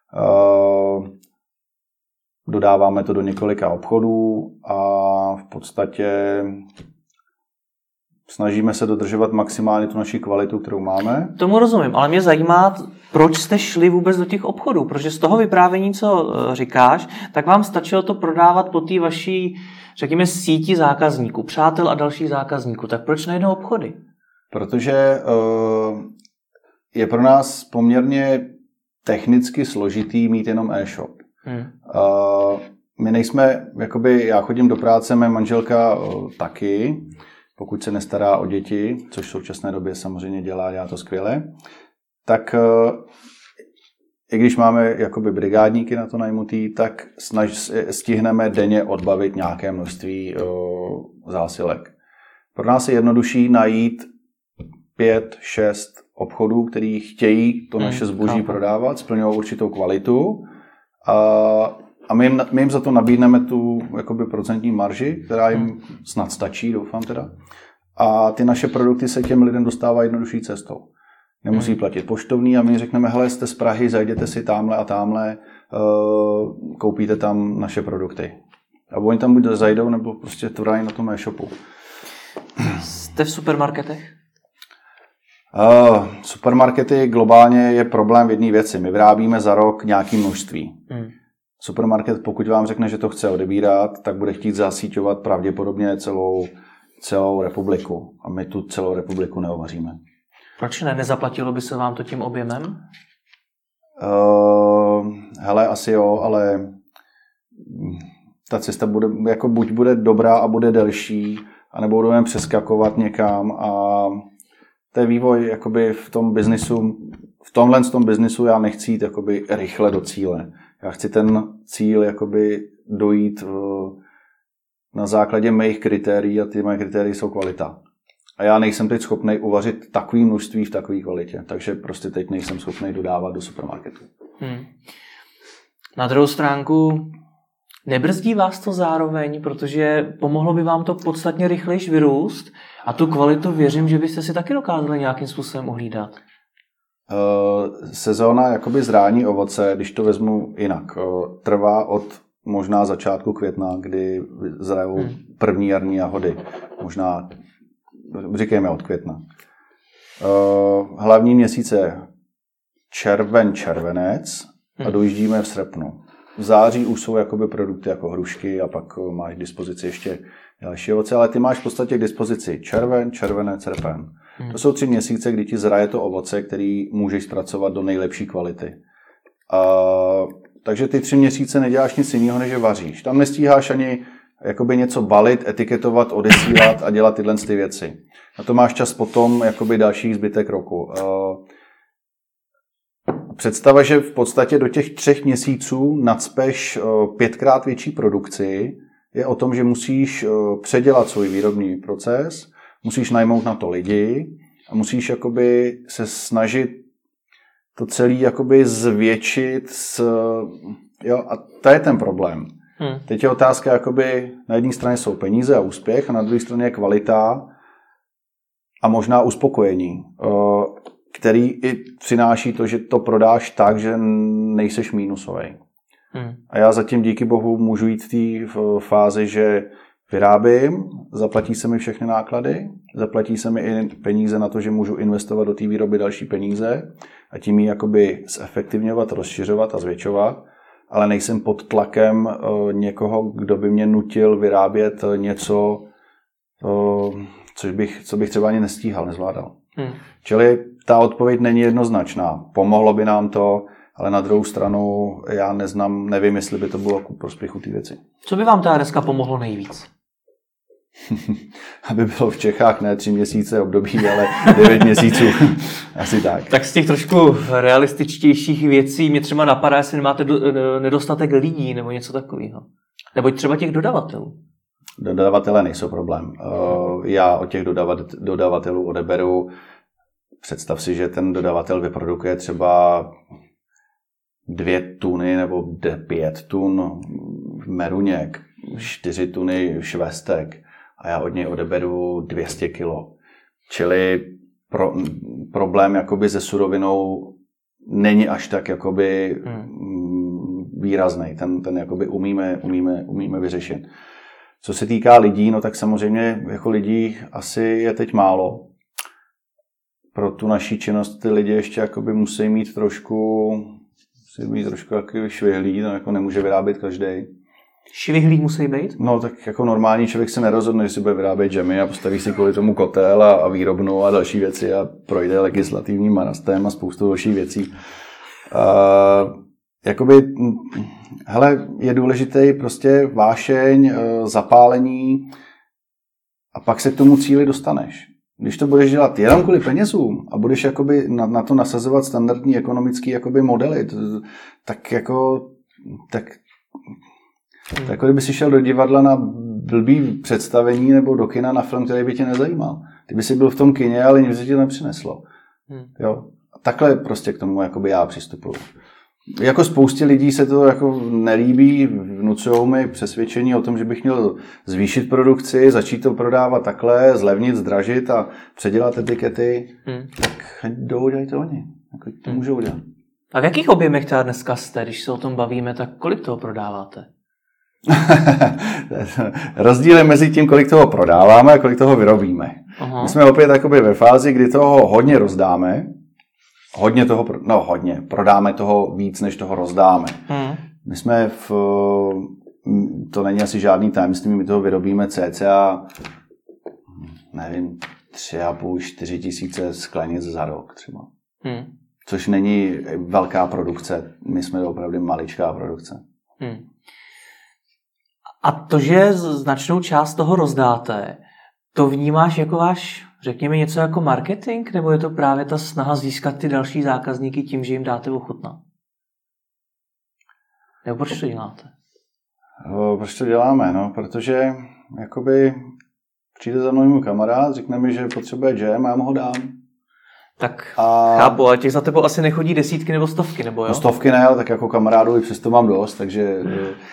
Speaker 2: Dodáváme to do několika obchodů a v podstatě snažíme se dodržovat maximálně tu naši kvalitu, kterou máme.
Speaker 1: Tomu rozumím, ale mě zajímá, proč jste šli vůbec do těch obchodů, protože z toho vyprávění, co říkáš, tak vám stačilo to prodávat po té vaší, řekněme, síti zákazníků, přátel a dalších zákazníků. Tak proč nejednou obchody?
Speaker 2: Protože je pro nás poměrně technicky složitý mít jenom e-shop. My nejsme, jakoby já chodím do práce, mé manželka taky, pokud se nestará o děti, což v současné době samozřejmě dělá to skvěle, tak i když máme jakoby brigádníky na to najmutý, tak stihneme denně odbavit nějaké množství zásilek. Pro nás je jednodušší najít 5-6 obchodů, který chtějí to naše zboží prodávat, splňují určitou kvalitu a my jim za to nabídneme tu jakoby procentní marži, která jim snad stačí, doufám teda. A ty naše produkty se těm lidem dostávají jednodušší cestou. Nemusí platit poštovní a my řekneme, hele, jste z Prahy, zajděte si támhle a támhle, koupíte tam naše produkty. A oni tam buď zajdou, nebo prostě tvorají na tom e-shopu.
Speaker 1: Jste v supermarketech?
Speaker 2: Supermarkety globálně je problém v jedné věci. My vyrábíme za rok nějaké množství. Supermarket, pokud vám řekne, že to chce odebírat, tak bude chtít zasíťovat pravděpodobně celou republiku. A my tu celou republiku neovaříme.
Speaker 1: Proč ne? Nezaplatilo by se vám to tím objemem?
Speaker 2: Hele, asi jo, ale ta cesta bude, jako buď bude dobrá a bude delší, anebo budeme přeskakovat někam a to je vývoj jakoby v tom biznisu, v tomhle biznisu já nechci jít jakoby rychle do cíle. Já chci ten cíl jakoby dojít na základě mých kritérií a ty moje kritérii jsou kvalita. A já nejsem teď schopný uvařit takové množství v takové kvalitě, takže prostě teď nejsem schopný dodávat do supermarketu.
Speaker 1: Na druhou stránku nebrzdí vás to zároveň, protože pomohlo by vám to podstatně rychlejš vyrůst a tu kvalitu věřím, že byste si taky dokázali nějakým způsobem ohlídat.
Speaker 2: Sezóna jakoby zrání ovoce, když to vezmu jinak, trvá od možná začátku května, kdy zrajou první jarní jahody. Možná, říkejme od května. Hlavní měsíce červenec a dojíždíme v srpnu. V září už jsou jakoby produkty jako hrušky a pak máš k dispozici ještě další ovoce, ale ty máš v podstatě k dispozici červenec, srpen. To jsou 3 měsíce, kdy ti zraje to ovoce, který můžeš zpracovat do nejlepší kvality. Takže ty 3 měsíce neděláš nic jiného, než že vaříš. Tam nestíháš ani jakoby něco balit, etiketovat, odesílat a dělat tyhle ty věci. Na to máš čas potom jakoby dalších zbytek roku. Představa, že v podstatě do těch 3 měsíců nacpeš 5krát větší produkci, je o tom, že musíš předělat svůj výrobní proces, musíš najmout na to lidi a musíš jakoby se snažit to celé jakoby zvětšit. A to je ten problém. Teď je otázka, jakoby na jedné straně jsou peníze a úspěch a na druhé straně je kvalita a možná uspokojení, který i přináší to, že to prodáš tak, že nejseš mínusový. A já zatím díky bohu můžu jít v té fázi, že vyrábím, zaplatí se mi všechny náklady, zaplatí se mi i peníze na to, že můžu investovat do té výroby další peníze a tím ji jakoby zefektivňovat, rozšiřovat a zvětšovat, ale nejsem pod tlakem někoho, kdo by mě nutil vyrábět něco, co bych třeba ani nestíhal, nezvládal. Čili ta odpověď není jednoznačná. Pomohlo by nám to, ale na druhou stranu já nevím, jestli by to bylo ku prospěchu té věci.
Speaker 1: Co by vám ta dneska pomohlo nejvíc?
Speaker 2: Aby bylo v Čechách ne 3 měsíce období, ale 9 měsíců. Asi tak.
Speaker 1: Tak z těch trošku realističtějších věcí mě třeba napadá, jestli nemáte nedostatek lidí nebo něco takového. Nebo třeba těch dodavatelů.
Speaker 2: Dodavatelé nejsou problém. Já od těch dodavatelů odeberu. Představ si, že ten dodavatel vyprodukuje třeba 2 tuny nebo 5 tun meruněk, 4 tuny švestek a já od něj odeberu 200 kilo. Čili problém jakoby se surovinou není až tak jakoby výrazný. Ten jakoby umíme vyřešit. Co se týká lidí, no tak samozřejmě jako lidí asi je teď málo. Pro tu naší činnost ty lidi ještě jakoby musí mít trošku jako švihlí, to jako nemůže vyrábět každý.
Speaker 1: Švihlí musí být?
Speaker 2: No tak jako normální člověk se nerozhodne, že si bude vyrábět džemy a postaví si kvůli tomu kotel a výrobnu a další věci a projde legislativním manastem a spoustu dalších věcí. Jakoby, hele, je důležitý prostě vášeň, zapálení a pak se k tomu cíli dostaneš. Když to budeš dělat jenom kvůli penězům a budeš jakoby na to nasazovat standardní ekonomický jakoby modely, tak jako kdyby si šel do divadla na blbý představení nebo do kina na film, který by tě nezajímal. Ty by si byl v tom kině, ale nic by tě nepřineslo. Jo? A takhle prostě k tomu jakoby já přistupuju. Jako spoustě lidí se to jako nelíbí, vnucujou mi přesvědčení o tom, že bych měl zvýšit produkci, začít to prodávat takhle, zlevnit, zdražit a předělat etikety, tak udělají to oni. Jako to můžou udělat.
Speaker 1: A v jakých objemech teda dneska jste, když se o tom bavíme, tak kolik toho prodáváte?
Speaker 2: Rozdíl je mezi tím, kolik toho prodáváme a kolik toho vyrobíme. My jsme opět jakoby ve fázi, kdy toho hodně rozdáme, prodáme toho víc, než toho rozdáme. My jsme to není asi žádný tajemství, my toho vyrobíme cca, nevím, 3,5-4 tisíce sklenic za rok třeba. Což není velká produkce, my jsme opravdu maličká produkce.
Speaker 1: A to, že značnou část toho rozdáte, to vnímáš jako váš, řekněme, něco jako marketing, nebo je to právě ta snaha získat ty další zákazníky tím, že jim dáte ochutnat? Nebo proč to děláte?
Speaker 2: Proč to děláme? No, protože jakoby přijde za mnou můj kamarád, řekne mi, že potřebuje džem a já mu ho dám.
Speaker 1: Tak chápu, ale těch za tebou asi nechodí desítky nebo stovky, nebo jo?
Speaker 2: No stovky ne, ale tak jako kamarádovi přesto mám dost, takže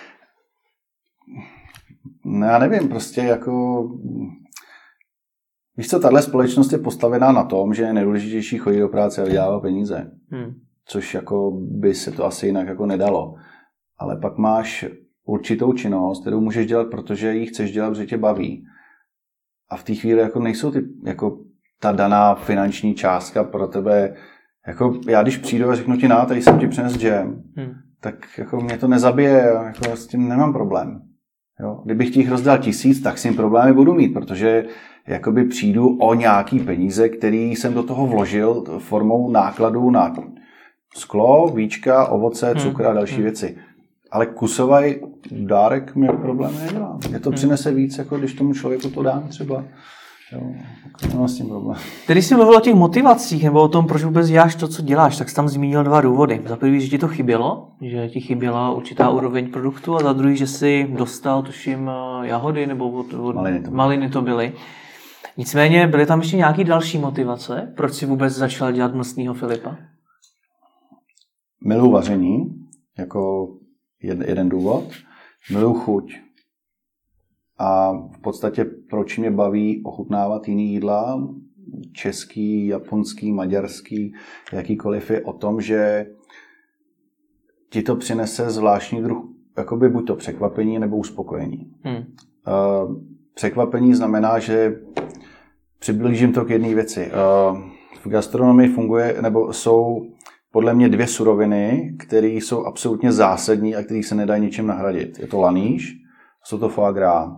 Speaker 2: no já nevím, prostě jako víš co, tahle společnost je postavená na tom, že je nejdůležitější chodit do práce a vydělávat peníze. Což jako by se to asi jinak jako nedalo. Ale pak máš určitou činnost, kterou můžeš dělat, protože ji chceš dělat, protože tě baví. A v té chvíli jako nejsou ty, jako ta daná finanční částka pro tebe. Jako já když přijdu a řeknu ti tady jsem ti přines džem, tak jako mě to nezabije, jako s tím nemám problém. Jo? Kdybych ti jich rozdal 1000, tak s tím problémy budu mít, protože jakoby přijdu o nějaký peníze, který jsem do toho vložil formou nákladů na sklo, víčka, ovoce, cukr a další věci. Ale kusový dárek mě problém nedělá. Mě to přinese víc, jako když tomu člověku to dám třeba. Jo, nemám s tím problém.
Speaker 1: Když jsi mluvil o těch motivacích nebo o tom, proč vůbec děláš to, co děláš, tak jsi tam zmínil 2 důvody. Za prvý, že ti to chybělo, že ti chyběla určitá úroveň produktu, a za druhý, že jsi dostal, tuším, jahody nebo od maliny to byly. Nicméně byly tam ještě nějaké další motivace, proč jsi vůbec začal dělat Mlsnýho Filipa?
Speaker 2: Miluji vaření, jako jeden důvod. Miluji chuť. A v podstatě proč mě baví ochutnávat jiný jídla, český, japonský, maďarský, jakýkoliv, je o tom, že ti to přinese zvláštní druh, jakoby buď to překvapení nebo uspokojení. Překvapení znamená, že přiblížím to k jedné věci. V gastronomii jsou podle mě 2 suroviny, které jsou absolutně zásadní a které se nedají ničím nahradit. Je to lanýž, jsou to foie gras.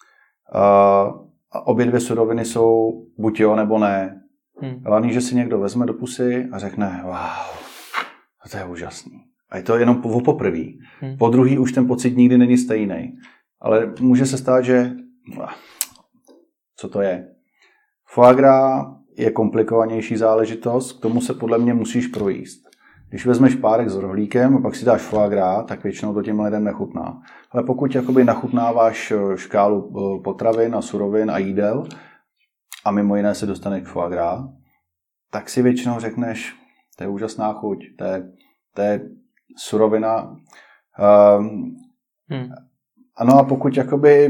Speaker 2: A obě 2 suroviny jsou buď jo, nebo ne. Lanýže si někdo vezme do pusy a řekne, wow, to je úžasný. A je to jenom poprvý. Po druhý už ten pocit nikdy není stejný. Ale může se stát, že co to je? Foie gras je komplikovanější záležitost, k tomu se podle mě musíš projíst. Když vezmeš párek s rohlíkem a pak si dáš foie gras, tak většinou to těm lidem nechutná. Ale pokud jakoby nachutnáváš škálu potravin a surovin a jídel a mimo jiné se dostaneš k foie gras, tak si většinou řekneš, to je úžasná chuť, to je surovina. Ano, a pokud jakoby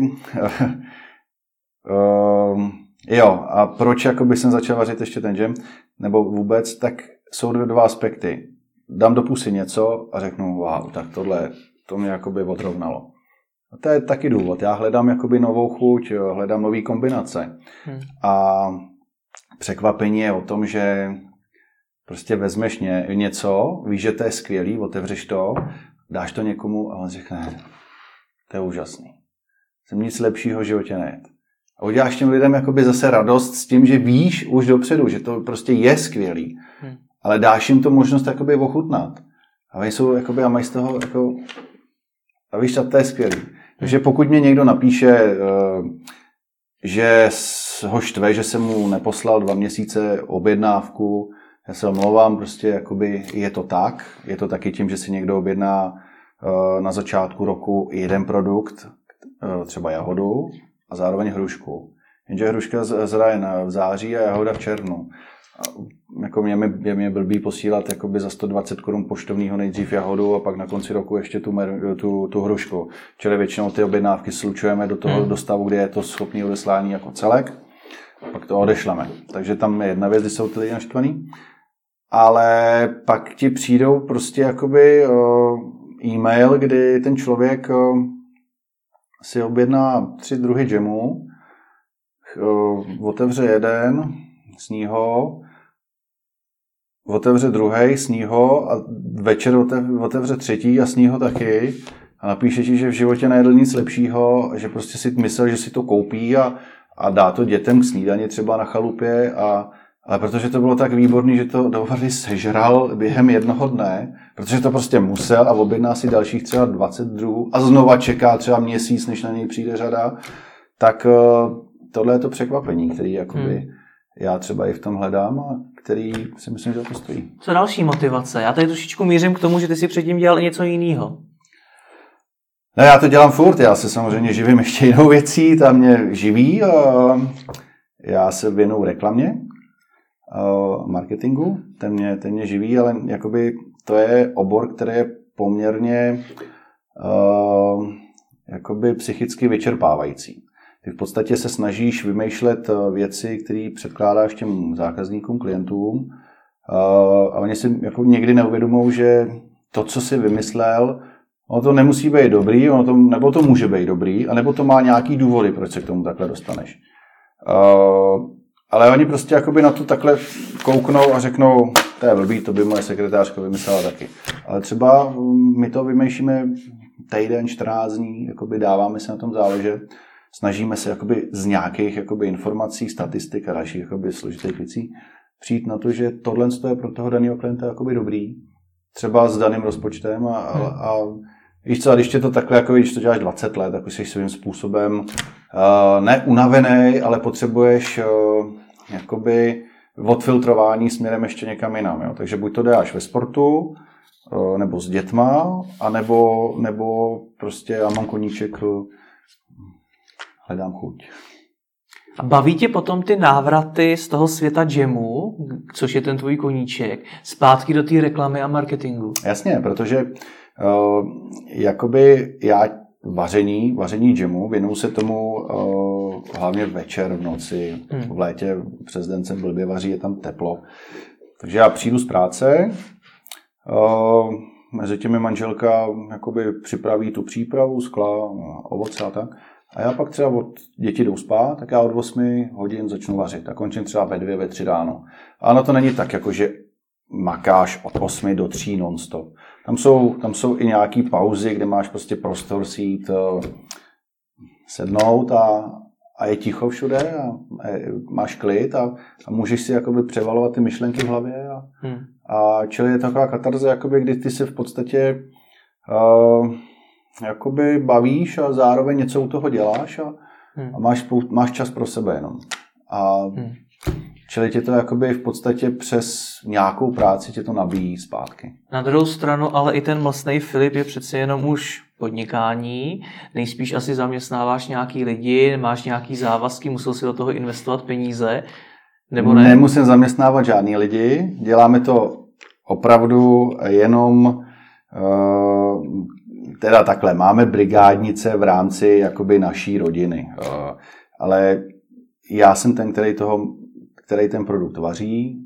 Speaker 2: jo, a proč jakoby jsem začal vařit ještě ten džem, nebo vůbec, tak jsou 2 aspekty. Dám do pusy něco a řeknu, wow, tak tohle, to mě jakoby odrovnalo. A to je taky důvod. Já hledám jakoby novou chuť, hledám nový kombinace. A překvapení je o tom, že prostě vezmeš něco, víš, že to je skvělý, otevřeš to, dáš to někomu a on řekne, to je úžasný. Jsem nic lepšího v životě nejet. A uděláš těm lidem jakoby zase radost s tím, že víš už dopředu, že to prostě je skvělý. Ale dáš jim to možnost jakoby ochutnat. A oni jsou jakoby, a mají z toho jako, a víš, to je skvělý. Takže pokud mě někdo napíše, že ho štve, že jsem mu neposlal 2 měsíce objednávku, já se omlouvám, prostě jakoby je to tak. Je to taky tím, že si někdo objedná na začátku roku jeden produkt, třeba jahodu, a zároveň hrušku. Jenže hruška zraje v září a jahoda v červnu. A jako mě blbý posílat jakoby za 120 korun poštovního nejdřív jahodu a pak na konci roku ještě tu hrušku. Čili většinou ty objednávky slučujeme do toho dostavu, kde je to schopný odeslání jako celek. A pak to odešleme. Takže tam je jedna věc, kdy jsou ty lidi naštvaný. Ale pak ti přijdou prostě jakoby e-mail, kdy ten člověk si objedná 3 druhy džemu, otevře jeden, sní ho, otevře druhej, sní ho a večer otevře třetí a sní ho taky a napíše ti, že v životě nejedl nic lepšího, že prostě si myslel, že si to koupí a dá to dětem k snídani třeba na chalupě, ale protože to bylo tak výborný, že to dohromady sežral během jednoho dne, protože to prostě musel a objedná si dalších třeba 20 druhů a znova čeká třeba měsíc, než na něj přijde řada, tak tohle je to překvapení, který jakoby já třeba i v tom hledám a který si myslím, že to stojí.
Speaker 1: Co další motivace? Já tady trošičku mířím k tomu, že ty si předtím dělal i něco jiného.
Speaker 2: No já to dělám furt, já se samozřejmě živím ještě jinou věcí, ta mě živí. Já se věnuju reklamě, marketingu, ten mě živí, ale jakoby to je obor, který je poměrně jakoby psychicky vyčerpávající. Ty v podstatě se snažíš vymýšlet věci, které předkládáš těm zákazníkům, klientům, a oni si jako někdy neuvědomují, že to, co si vymyslel, ono to nemusí být dobrý, nebo to může být dobrý, anebo to má nějaký důvody, proč se k tomu takhle dostaneš. Ale oni prostě jakoby na to takhle kouknou a řeknou, to je blbý, to by moje sekretářka vymyslela taky. Ale třeba my to vymýšlíme týden, 14 dní, jakoby dáváme se na tom záležet, snažíme se jakoby z nějakých jakoby informací, statistik a dalších jakoby složitých věcí přijít na to, že tohle je pro toho daného klienta jakoby dobrý, třeba s daným rozpočtem a víš co, a když tě to takhle, jako když to děláš 20 let, tak už jsi svým způsobem neunavený, ale potřebuješ jakoby odfiltrování směrem ještě někam jinam. Jo? Takže buď to děláš ve sportu, nebo s dětma, nebo prostě já mám koníček, hledám chuť.
Speaker 1: A baví tě potom ty návraty z toho světa jamu, což je ten tvůj koníček, zpátky do té reklamy a marketingu? Jasně,
Speaker 2: protože jakoby já vaření jamu, věnuju se tomu hlavně večer, v noci, v létě přes den se blbě vaří, je tam teplo. Takže já přijdu z práce, mezi těmi manželka jakoby připraví tu přípravu, skla, ovoce a tak. A já pak třeba děti jdou spát, tak já od 8 hodin začnu vařit a končím třeba ve 2, ve 3 ráno. Ale to není tak, jako že makáš od 8 do 3 non-stop. Tam jsou i nějaký pauzy, kde máš prostě prostor si jít sednout a je ticho všude a máš klid a můžeš si jakoby převalovat ty myšlenky v hlavě. A čili je taková katarze, jakoby, kdy ty se v podstatě jakoby bavíš a zároveň něco u toho děláš a máš čas pro sebe jenom. Čili tě to jakoby v podstatě přes nějakou práci tě to nabíjí zpátky.
Speaker 1: Na druhou stranu, ale i ten mlsnej Filip je přece jenom už podnikání. Nejspíš asi zaměstnáváš nějaký lidi, máš nějaký závazky, musel si do toho investovat peníze, nebo ne?
Speaker 2: Nemusím zaměstnávat žádný lidi, děláme to opravdu jenom teda takhle, máme brigádnice v rámci jakoby naší rodiny, ale já jsem ten, který ten produkt vaří,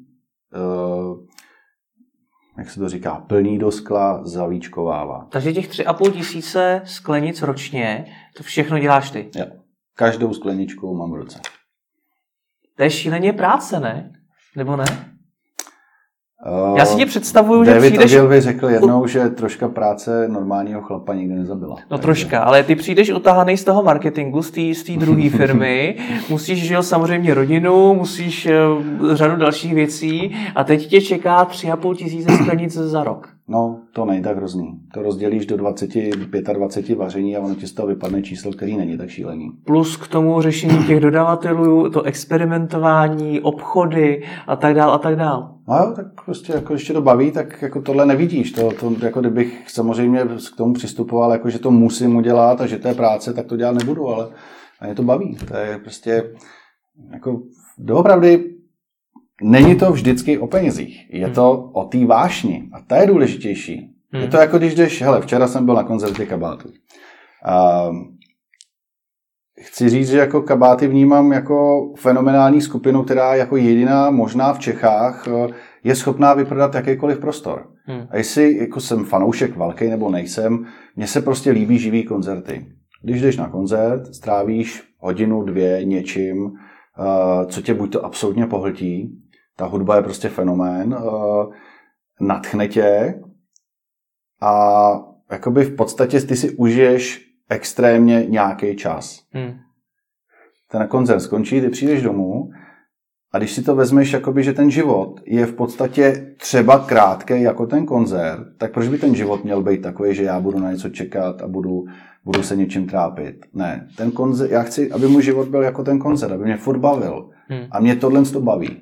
Speaker 2: jak se to říká, plní do skla, zavíčkovává.
Speaker 1: Takže těch 3,5 tisíce sklenic ročně, to všechno děláš ty?
Speaker 2: Jo, každou skleničku mám v ruce.
Speaker 1: To je šíleně práce, ne? Nebo ne? Já si tě představuju, že
Speaker 2: David Ogilvy řekl jednou, že troška práce normálního chlapa nikdy nezabila.
Speaker 1: No troška, ale ty přijdeš utahanej z toho marketingu, z té druhé firmy, musíš, že jo, samozřejmě rodinu, musíš řadu dalších věcí a teď tě čeká 3,5 tisíce sklenic za rok.
Speaker 2: No, to není tak hrozný. To rozdělíš do 20, 25 vaření a ono ti z toho vypadne číslo, který není tak šílený.
Speaker 1: Plus k tomu řešení těch dodavatelů, to experimentování, obchody a tak dál a tak dál.
Speaker 2: No jo, tak prostě jako když tě to baví, tak jako tohle nevidíš. To jako kdybych samozřejmě k tomu přistupoval, jako že to musím udělat a že to je práce, tak to dělat nebudu, ale mě to baví. To je prostě jako doopravdy není to vždycky o penězích. Je to o té vášni. A ta je důležitější. Je to jako když jdeš, hele, včera jsem byl na koncertě kabátů. Chci říct, že jako kabáty vnímám jako fenomenální skupinu, která jako jediná možná v Čechách je schopná vyprodat jakýkoliv prostor. A jestli jako jsem fanoušek velký nebo nejsem, mně se prostě líbí živý koncerty. Když jdeš na koncert, strávíš hodinu, 2 něčím, co tě buď to absolutně pohltí, ta hudba je prostě fenomén, nadchne tě a jakoby v podstatě ty si užiješ extrémně nějaký čas. Ten koncert skončí, ty přijdeš domů a když si to vezmeš, jakoby, že ten život je v podstatě třeba krátký jako ten koncert, tak proč by ten život měl být takový, že já budu na něco čekat a budu se něčím trápit? Ne, ten koncert, já chci, aby můj život byl jako ten koncert, aby mě furt bavil. A mě tohle to baví.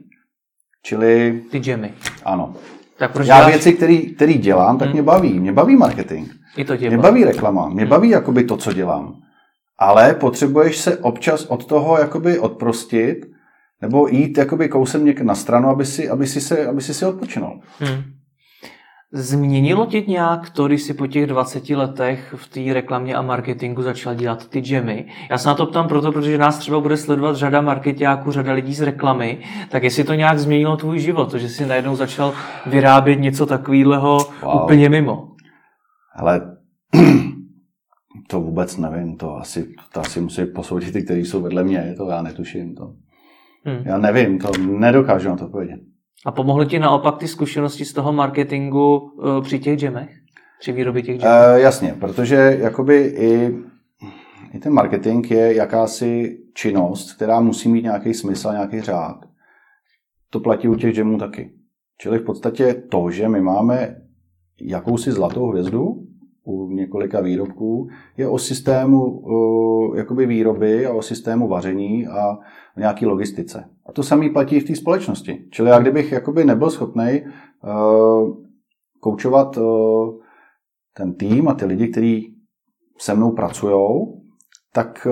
Speaker 2: Čili...
Speaker 1: Ty džemy.
Speaker 2: Ano.
Speaker 1: Tak proč
Speaker 2: já věci, které dělám, tak mě baví. Mě baví marketing. Mě baví reklama, mě baví jakoby to, co dělám. Ale potřebuješ se občas od toho jakoby odprostit nebo jít jakoby kousem někde na stranu, aby si si odpočinul.
Speaker 1: Změnilo tě nějak to, když jsi po těch 20 letech v té reklamě a marketingu začal dělat ty džemy? Já se na to ptám proto, protože nás třeba bude sledovat řada marketáků, řada lidí z reklamy, tak jestli to nějak změnilo tvůj život, to, že jsi najednou začal vyrábět něco takového úplně mimo.
Speaker 2: Ale to vůbec nevím, to asi musí posoudit ty, kteří jsou vedle mě, to já netuším. Já nevím, to nedokážu na to povědět.
Speaker 1: A pomohly ti naopak ty zkušenosti z toho marketingu při těch džemech? Při výrobě těch džemů?
Speaker 2: Jasně, protože jakoby i ten marketing je jakási činnost, která musí mít nějaký smysl, nějaký řád. To platí u těch džemů taky. Čili v podstatě to, že my máme jakousi zlatou hvězdu u několika výrobků, je o systému jakoby výroby a o systému vaření a o nějaký logistice. A to samé platí v té společnosti. Čili já kdybych jakoby nebyl schopný koučovat ten tým a ty lidi, kteří se mnou pracují, tak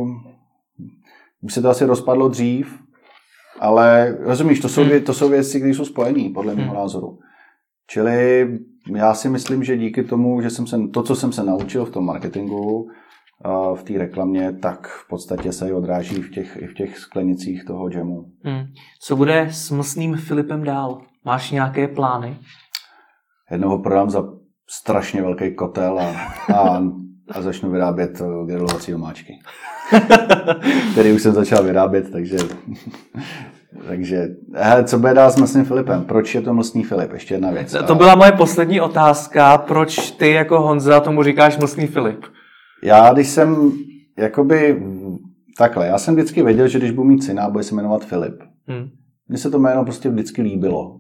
Speaker 2: by se to asi rozpadlo dřív. Ale rozumíš, to jsou věci, které jsou spojené, podle mého názoru. Čili já si myslím, že díky tomu, že co jsem se naučil v tom marketingu, v té reklamě, tak v podstatě se i odráží v těch sklenicích toho džemu.
Speaker 1: Co bude s Mlsným Filipem dál? Máš nějaké plány?
Speaker 2: Jednou ho prodám za strašně velký kotel a začnu vyrábět grilovací omáčky. Který už jsem začal vyrábět, takže co bude dál s Mlsným Filipem? Proč je to Mlsný Filip? Ještě jedna věc.
Speaker 1: To byla moje poslední otázka. Proč ty jako Honza tomu říkáš Mlsný Filip?
Speaker 2: Já když jsem jakoby takhle, já jsem vždycky věděl, že když budu mít syna, bude se jmenovat Filip. Mně se to jméno prostě vždycky líbilo.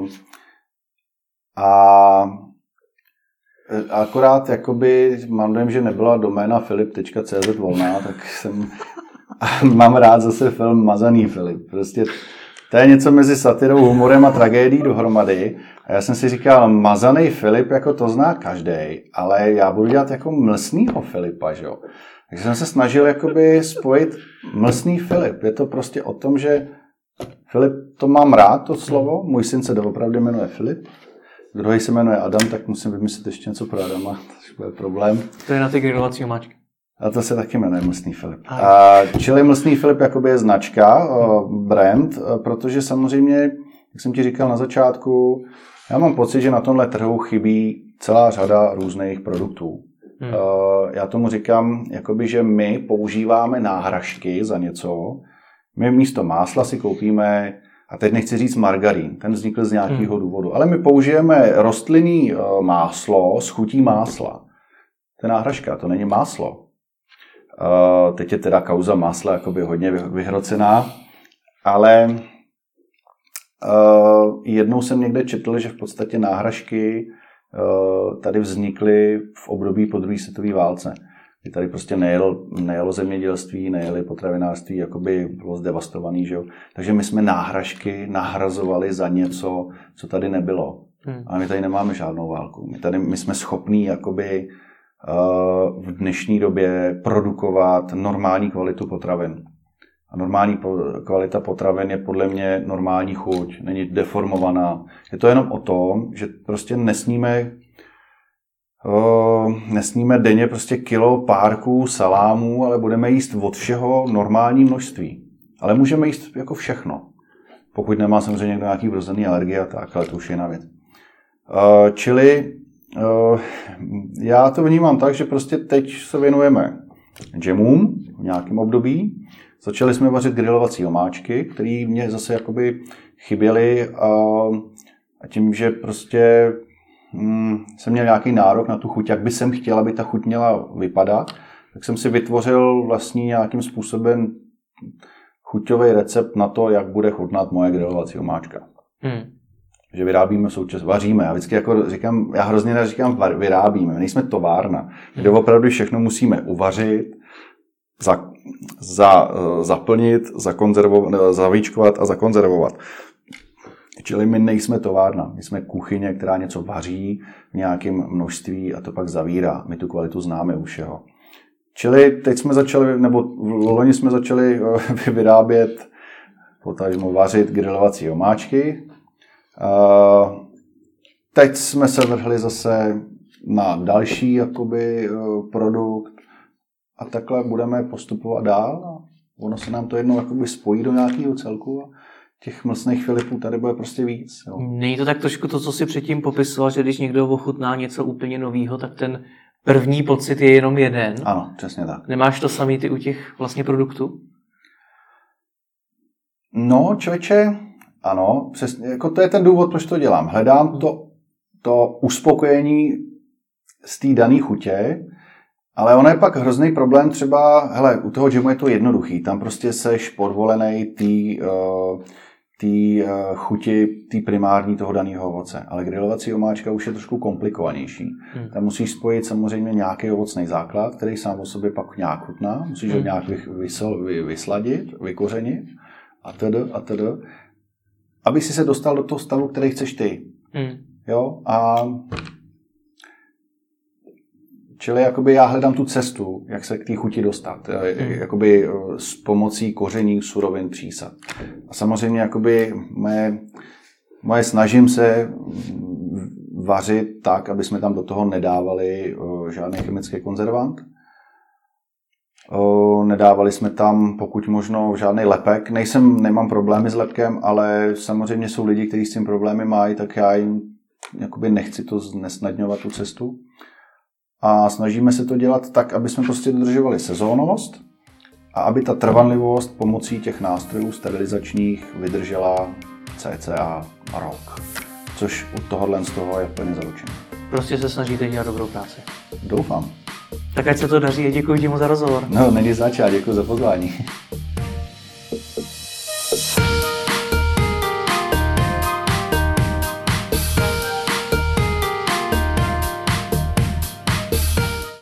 Speaker 2: A akorát jakoby mám dojem, že nebyla doména filip.cz volná, tak mám rád zase film Mazaný Filip. Prostě to je něco mezi satirou, humorem a tragédií dohromady. A já jsem si říkal, Mazaný Filip, jako to zná každej, ale já budu dělat jako Mlsnýho Filipa, že jo. Takže jsem se snažil jakoby spojit Mlsný Filip. Je to prostě o tom, že Filip, to mám rád, to slovo. Můj syn se doopravdy jmenuje Filip. Druhý se jmenuje Adam, tak musím vymyslet ještě něco pro Adama, to je problém.
Speaker 1: To je na ty grilovací omáčky.
Speaker 2: A to se taky jmenuje Mlsný Filip. Čili Mlsný Filip jakoby je značka, brand, protože samozřejmě, jak jsem ti říkal na začátku, já mám pocit, že na tomhle trhu chybí celá řada různých produktů. Já tomu říkám, jakoby, že my používáme náhražky za něco. My místo másla si koupíme, a teď nechci říct margarín, ten vznikl z nějakého důvodu, ale my použijeme rostlinný máslo s chutí másla. To je náhražka, to není máslo. Teď je teda kauza másla jakoby hodně vyhrocená, ale jednou jsem někde četl, že v podstatě náhražky tady vznikly v období po druhé světové válce. Kdy tady prostě nejelo zemědělství, nejeli potravinářství, jakoby bylo zdevastovaný, že jo. Takže my jsme náhražky nahrazovali za něco, co tady nebylo. Ale my tady nemáme žádnou válku. My jsme schopní jakoby v dnešní době produkovat normální kvalitu potravin. A normální kvalita potravin je podle mě normální chuť, není deformovaná. Je to jenom o tom, že prostě nesníme denně prostě kilo párků, salámů, ale budeme jíst od všeho normální množství. Ale můžeme jíst jako všechno. Pokud nemá samozřejmě někdo nějaký vrozený alergie a tak, ale to už je jiná věc. Čili já to vnímám tak, že prostě teď se věnujeme džemům v nějakém období. Začali jsme vařit grilovací omáčky, které mě zase jakoby chyběly a tím, že prostě jsem měl nějaký nárok na tu chuť, jak by jsem chtěl, aby ta chuť měla vypadat, tak jsem si vytvořil vlastně nějakým způsobem chuťový recept na to, jak bude chutnat moje grilovací omáčka. Že vyrábíme vaříme. Já vždycky jako říkám, já hrozně neříkám vyrábíme, my nejsme továrna. Kde opravdu všechno musíme uvařit, zaplnit, zavíčkovat a zakonzervovat. Čili my nejsme továrna, my jsme kuchyně, která něco vaří v nějakém množství a to pak zavírá. My tu kvalitu známe už, jo. Čili teď jsme začali, nebo v loni jsme začali vyrábět, potažmo vařit grilovací omáčky. Teď jsme se vrhli zase na další jakoby produkt a takhle budeme postupovat dál a ono se nám to jednou jakoby spojí do nějakého celku a těch mlsných Filipů tady bude prostě víc. Jo.
Speaker 1: Není to tak trošku to, co si předtím popisoval, že když někdo ochutná něco úplně novýho, tak ten první pocit je jenom jeden?
Speaker 2: Ano, přesně tak.
Speaker 1: Nemáš to samý ty u těch vlastně produktů?
Speaker 2: No, člověče, ano, přesně, jako to je ten důvod, proč to dělám. Hledám to uspokojení z té dané chutě, ale ono je pak hrozný problém třeba, hele, u toho džemu je to jednoduchý, tam prostě seš podvolenej té chuti, té primární toho daného ovoce. Ale grilovací omáčka už je trošku komplikovanější. Tam musíš spojit samozřejmě nějaký ovocný základ, který sám o sobě pak nějak chutná, musíš ho nějak vysladit, vykořenit a tedy, aby si se dostal do toho stavu, který chceš ty. Jo? A čili jakoby já hledám tu cestu, jak se k té chuti dostat. Jakoby s pomocí koření, surovin, přísad. A samozřejmě jakoby moje snažím se vařit tak, aby jsme tam do toho nedávali žádný chemický konzervant. Nedávali jsme tam pokud možno žádný lepek. Nemám problémy s lepkem, ale samozřejmě jsou lidi, kteří s tím problémy mají, tak já jim jakoby nechci to znesnadňovat tu cestu. A snažíme se to dělat tak, aby jsme prostě dodržovali sezónnost a aby ta trvanlivost pomocí těch nástrojů sterilizačních vydržela cca rok. Což u tohohle z toho je plně zaručené.
Speaker 1: Prostě se snažíte dělat dobrou práci.
Speaker 2: Doufám.
Speaker 1: Tak ať se to daří a děkuji ti moc za rozhovor.
Speaker 2: No, není zač, děkuji za pozvání.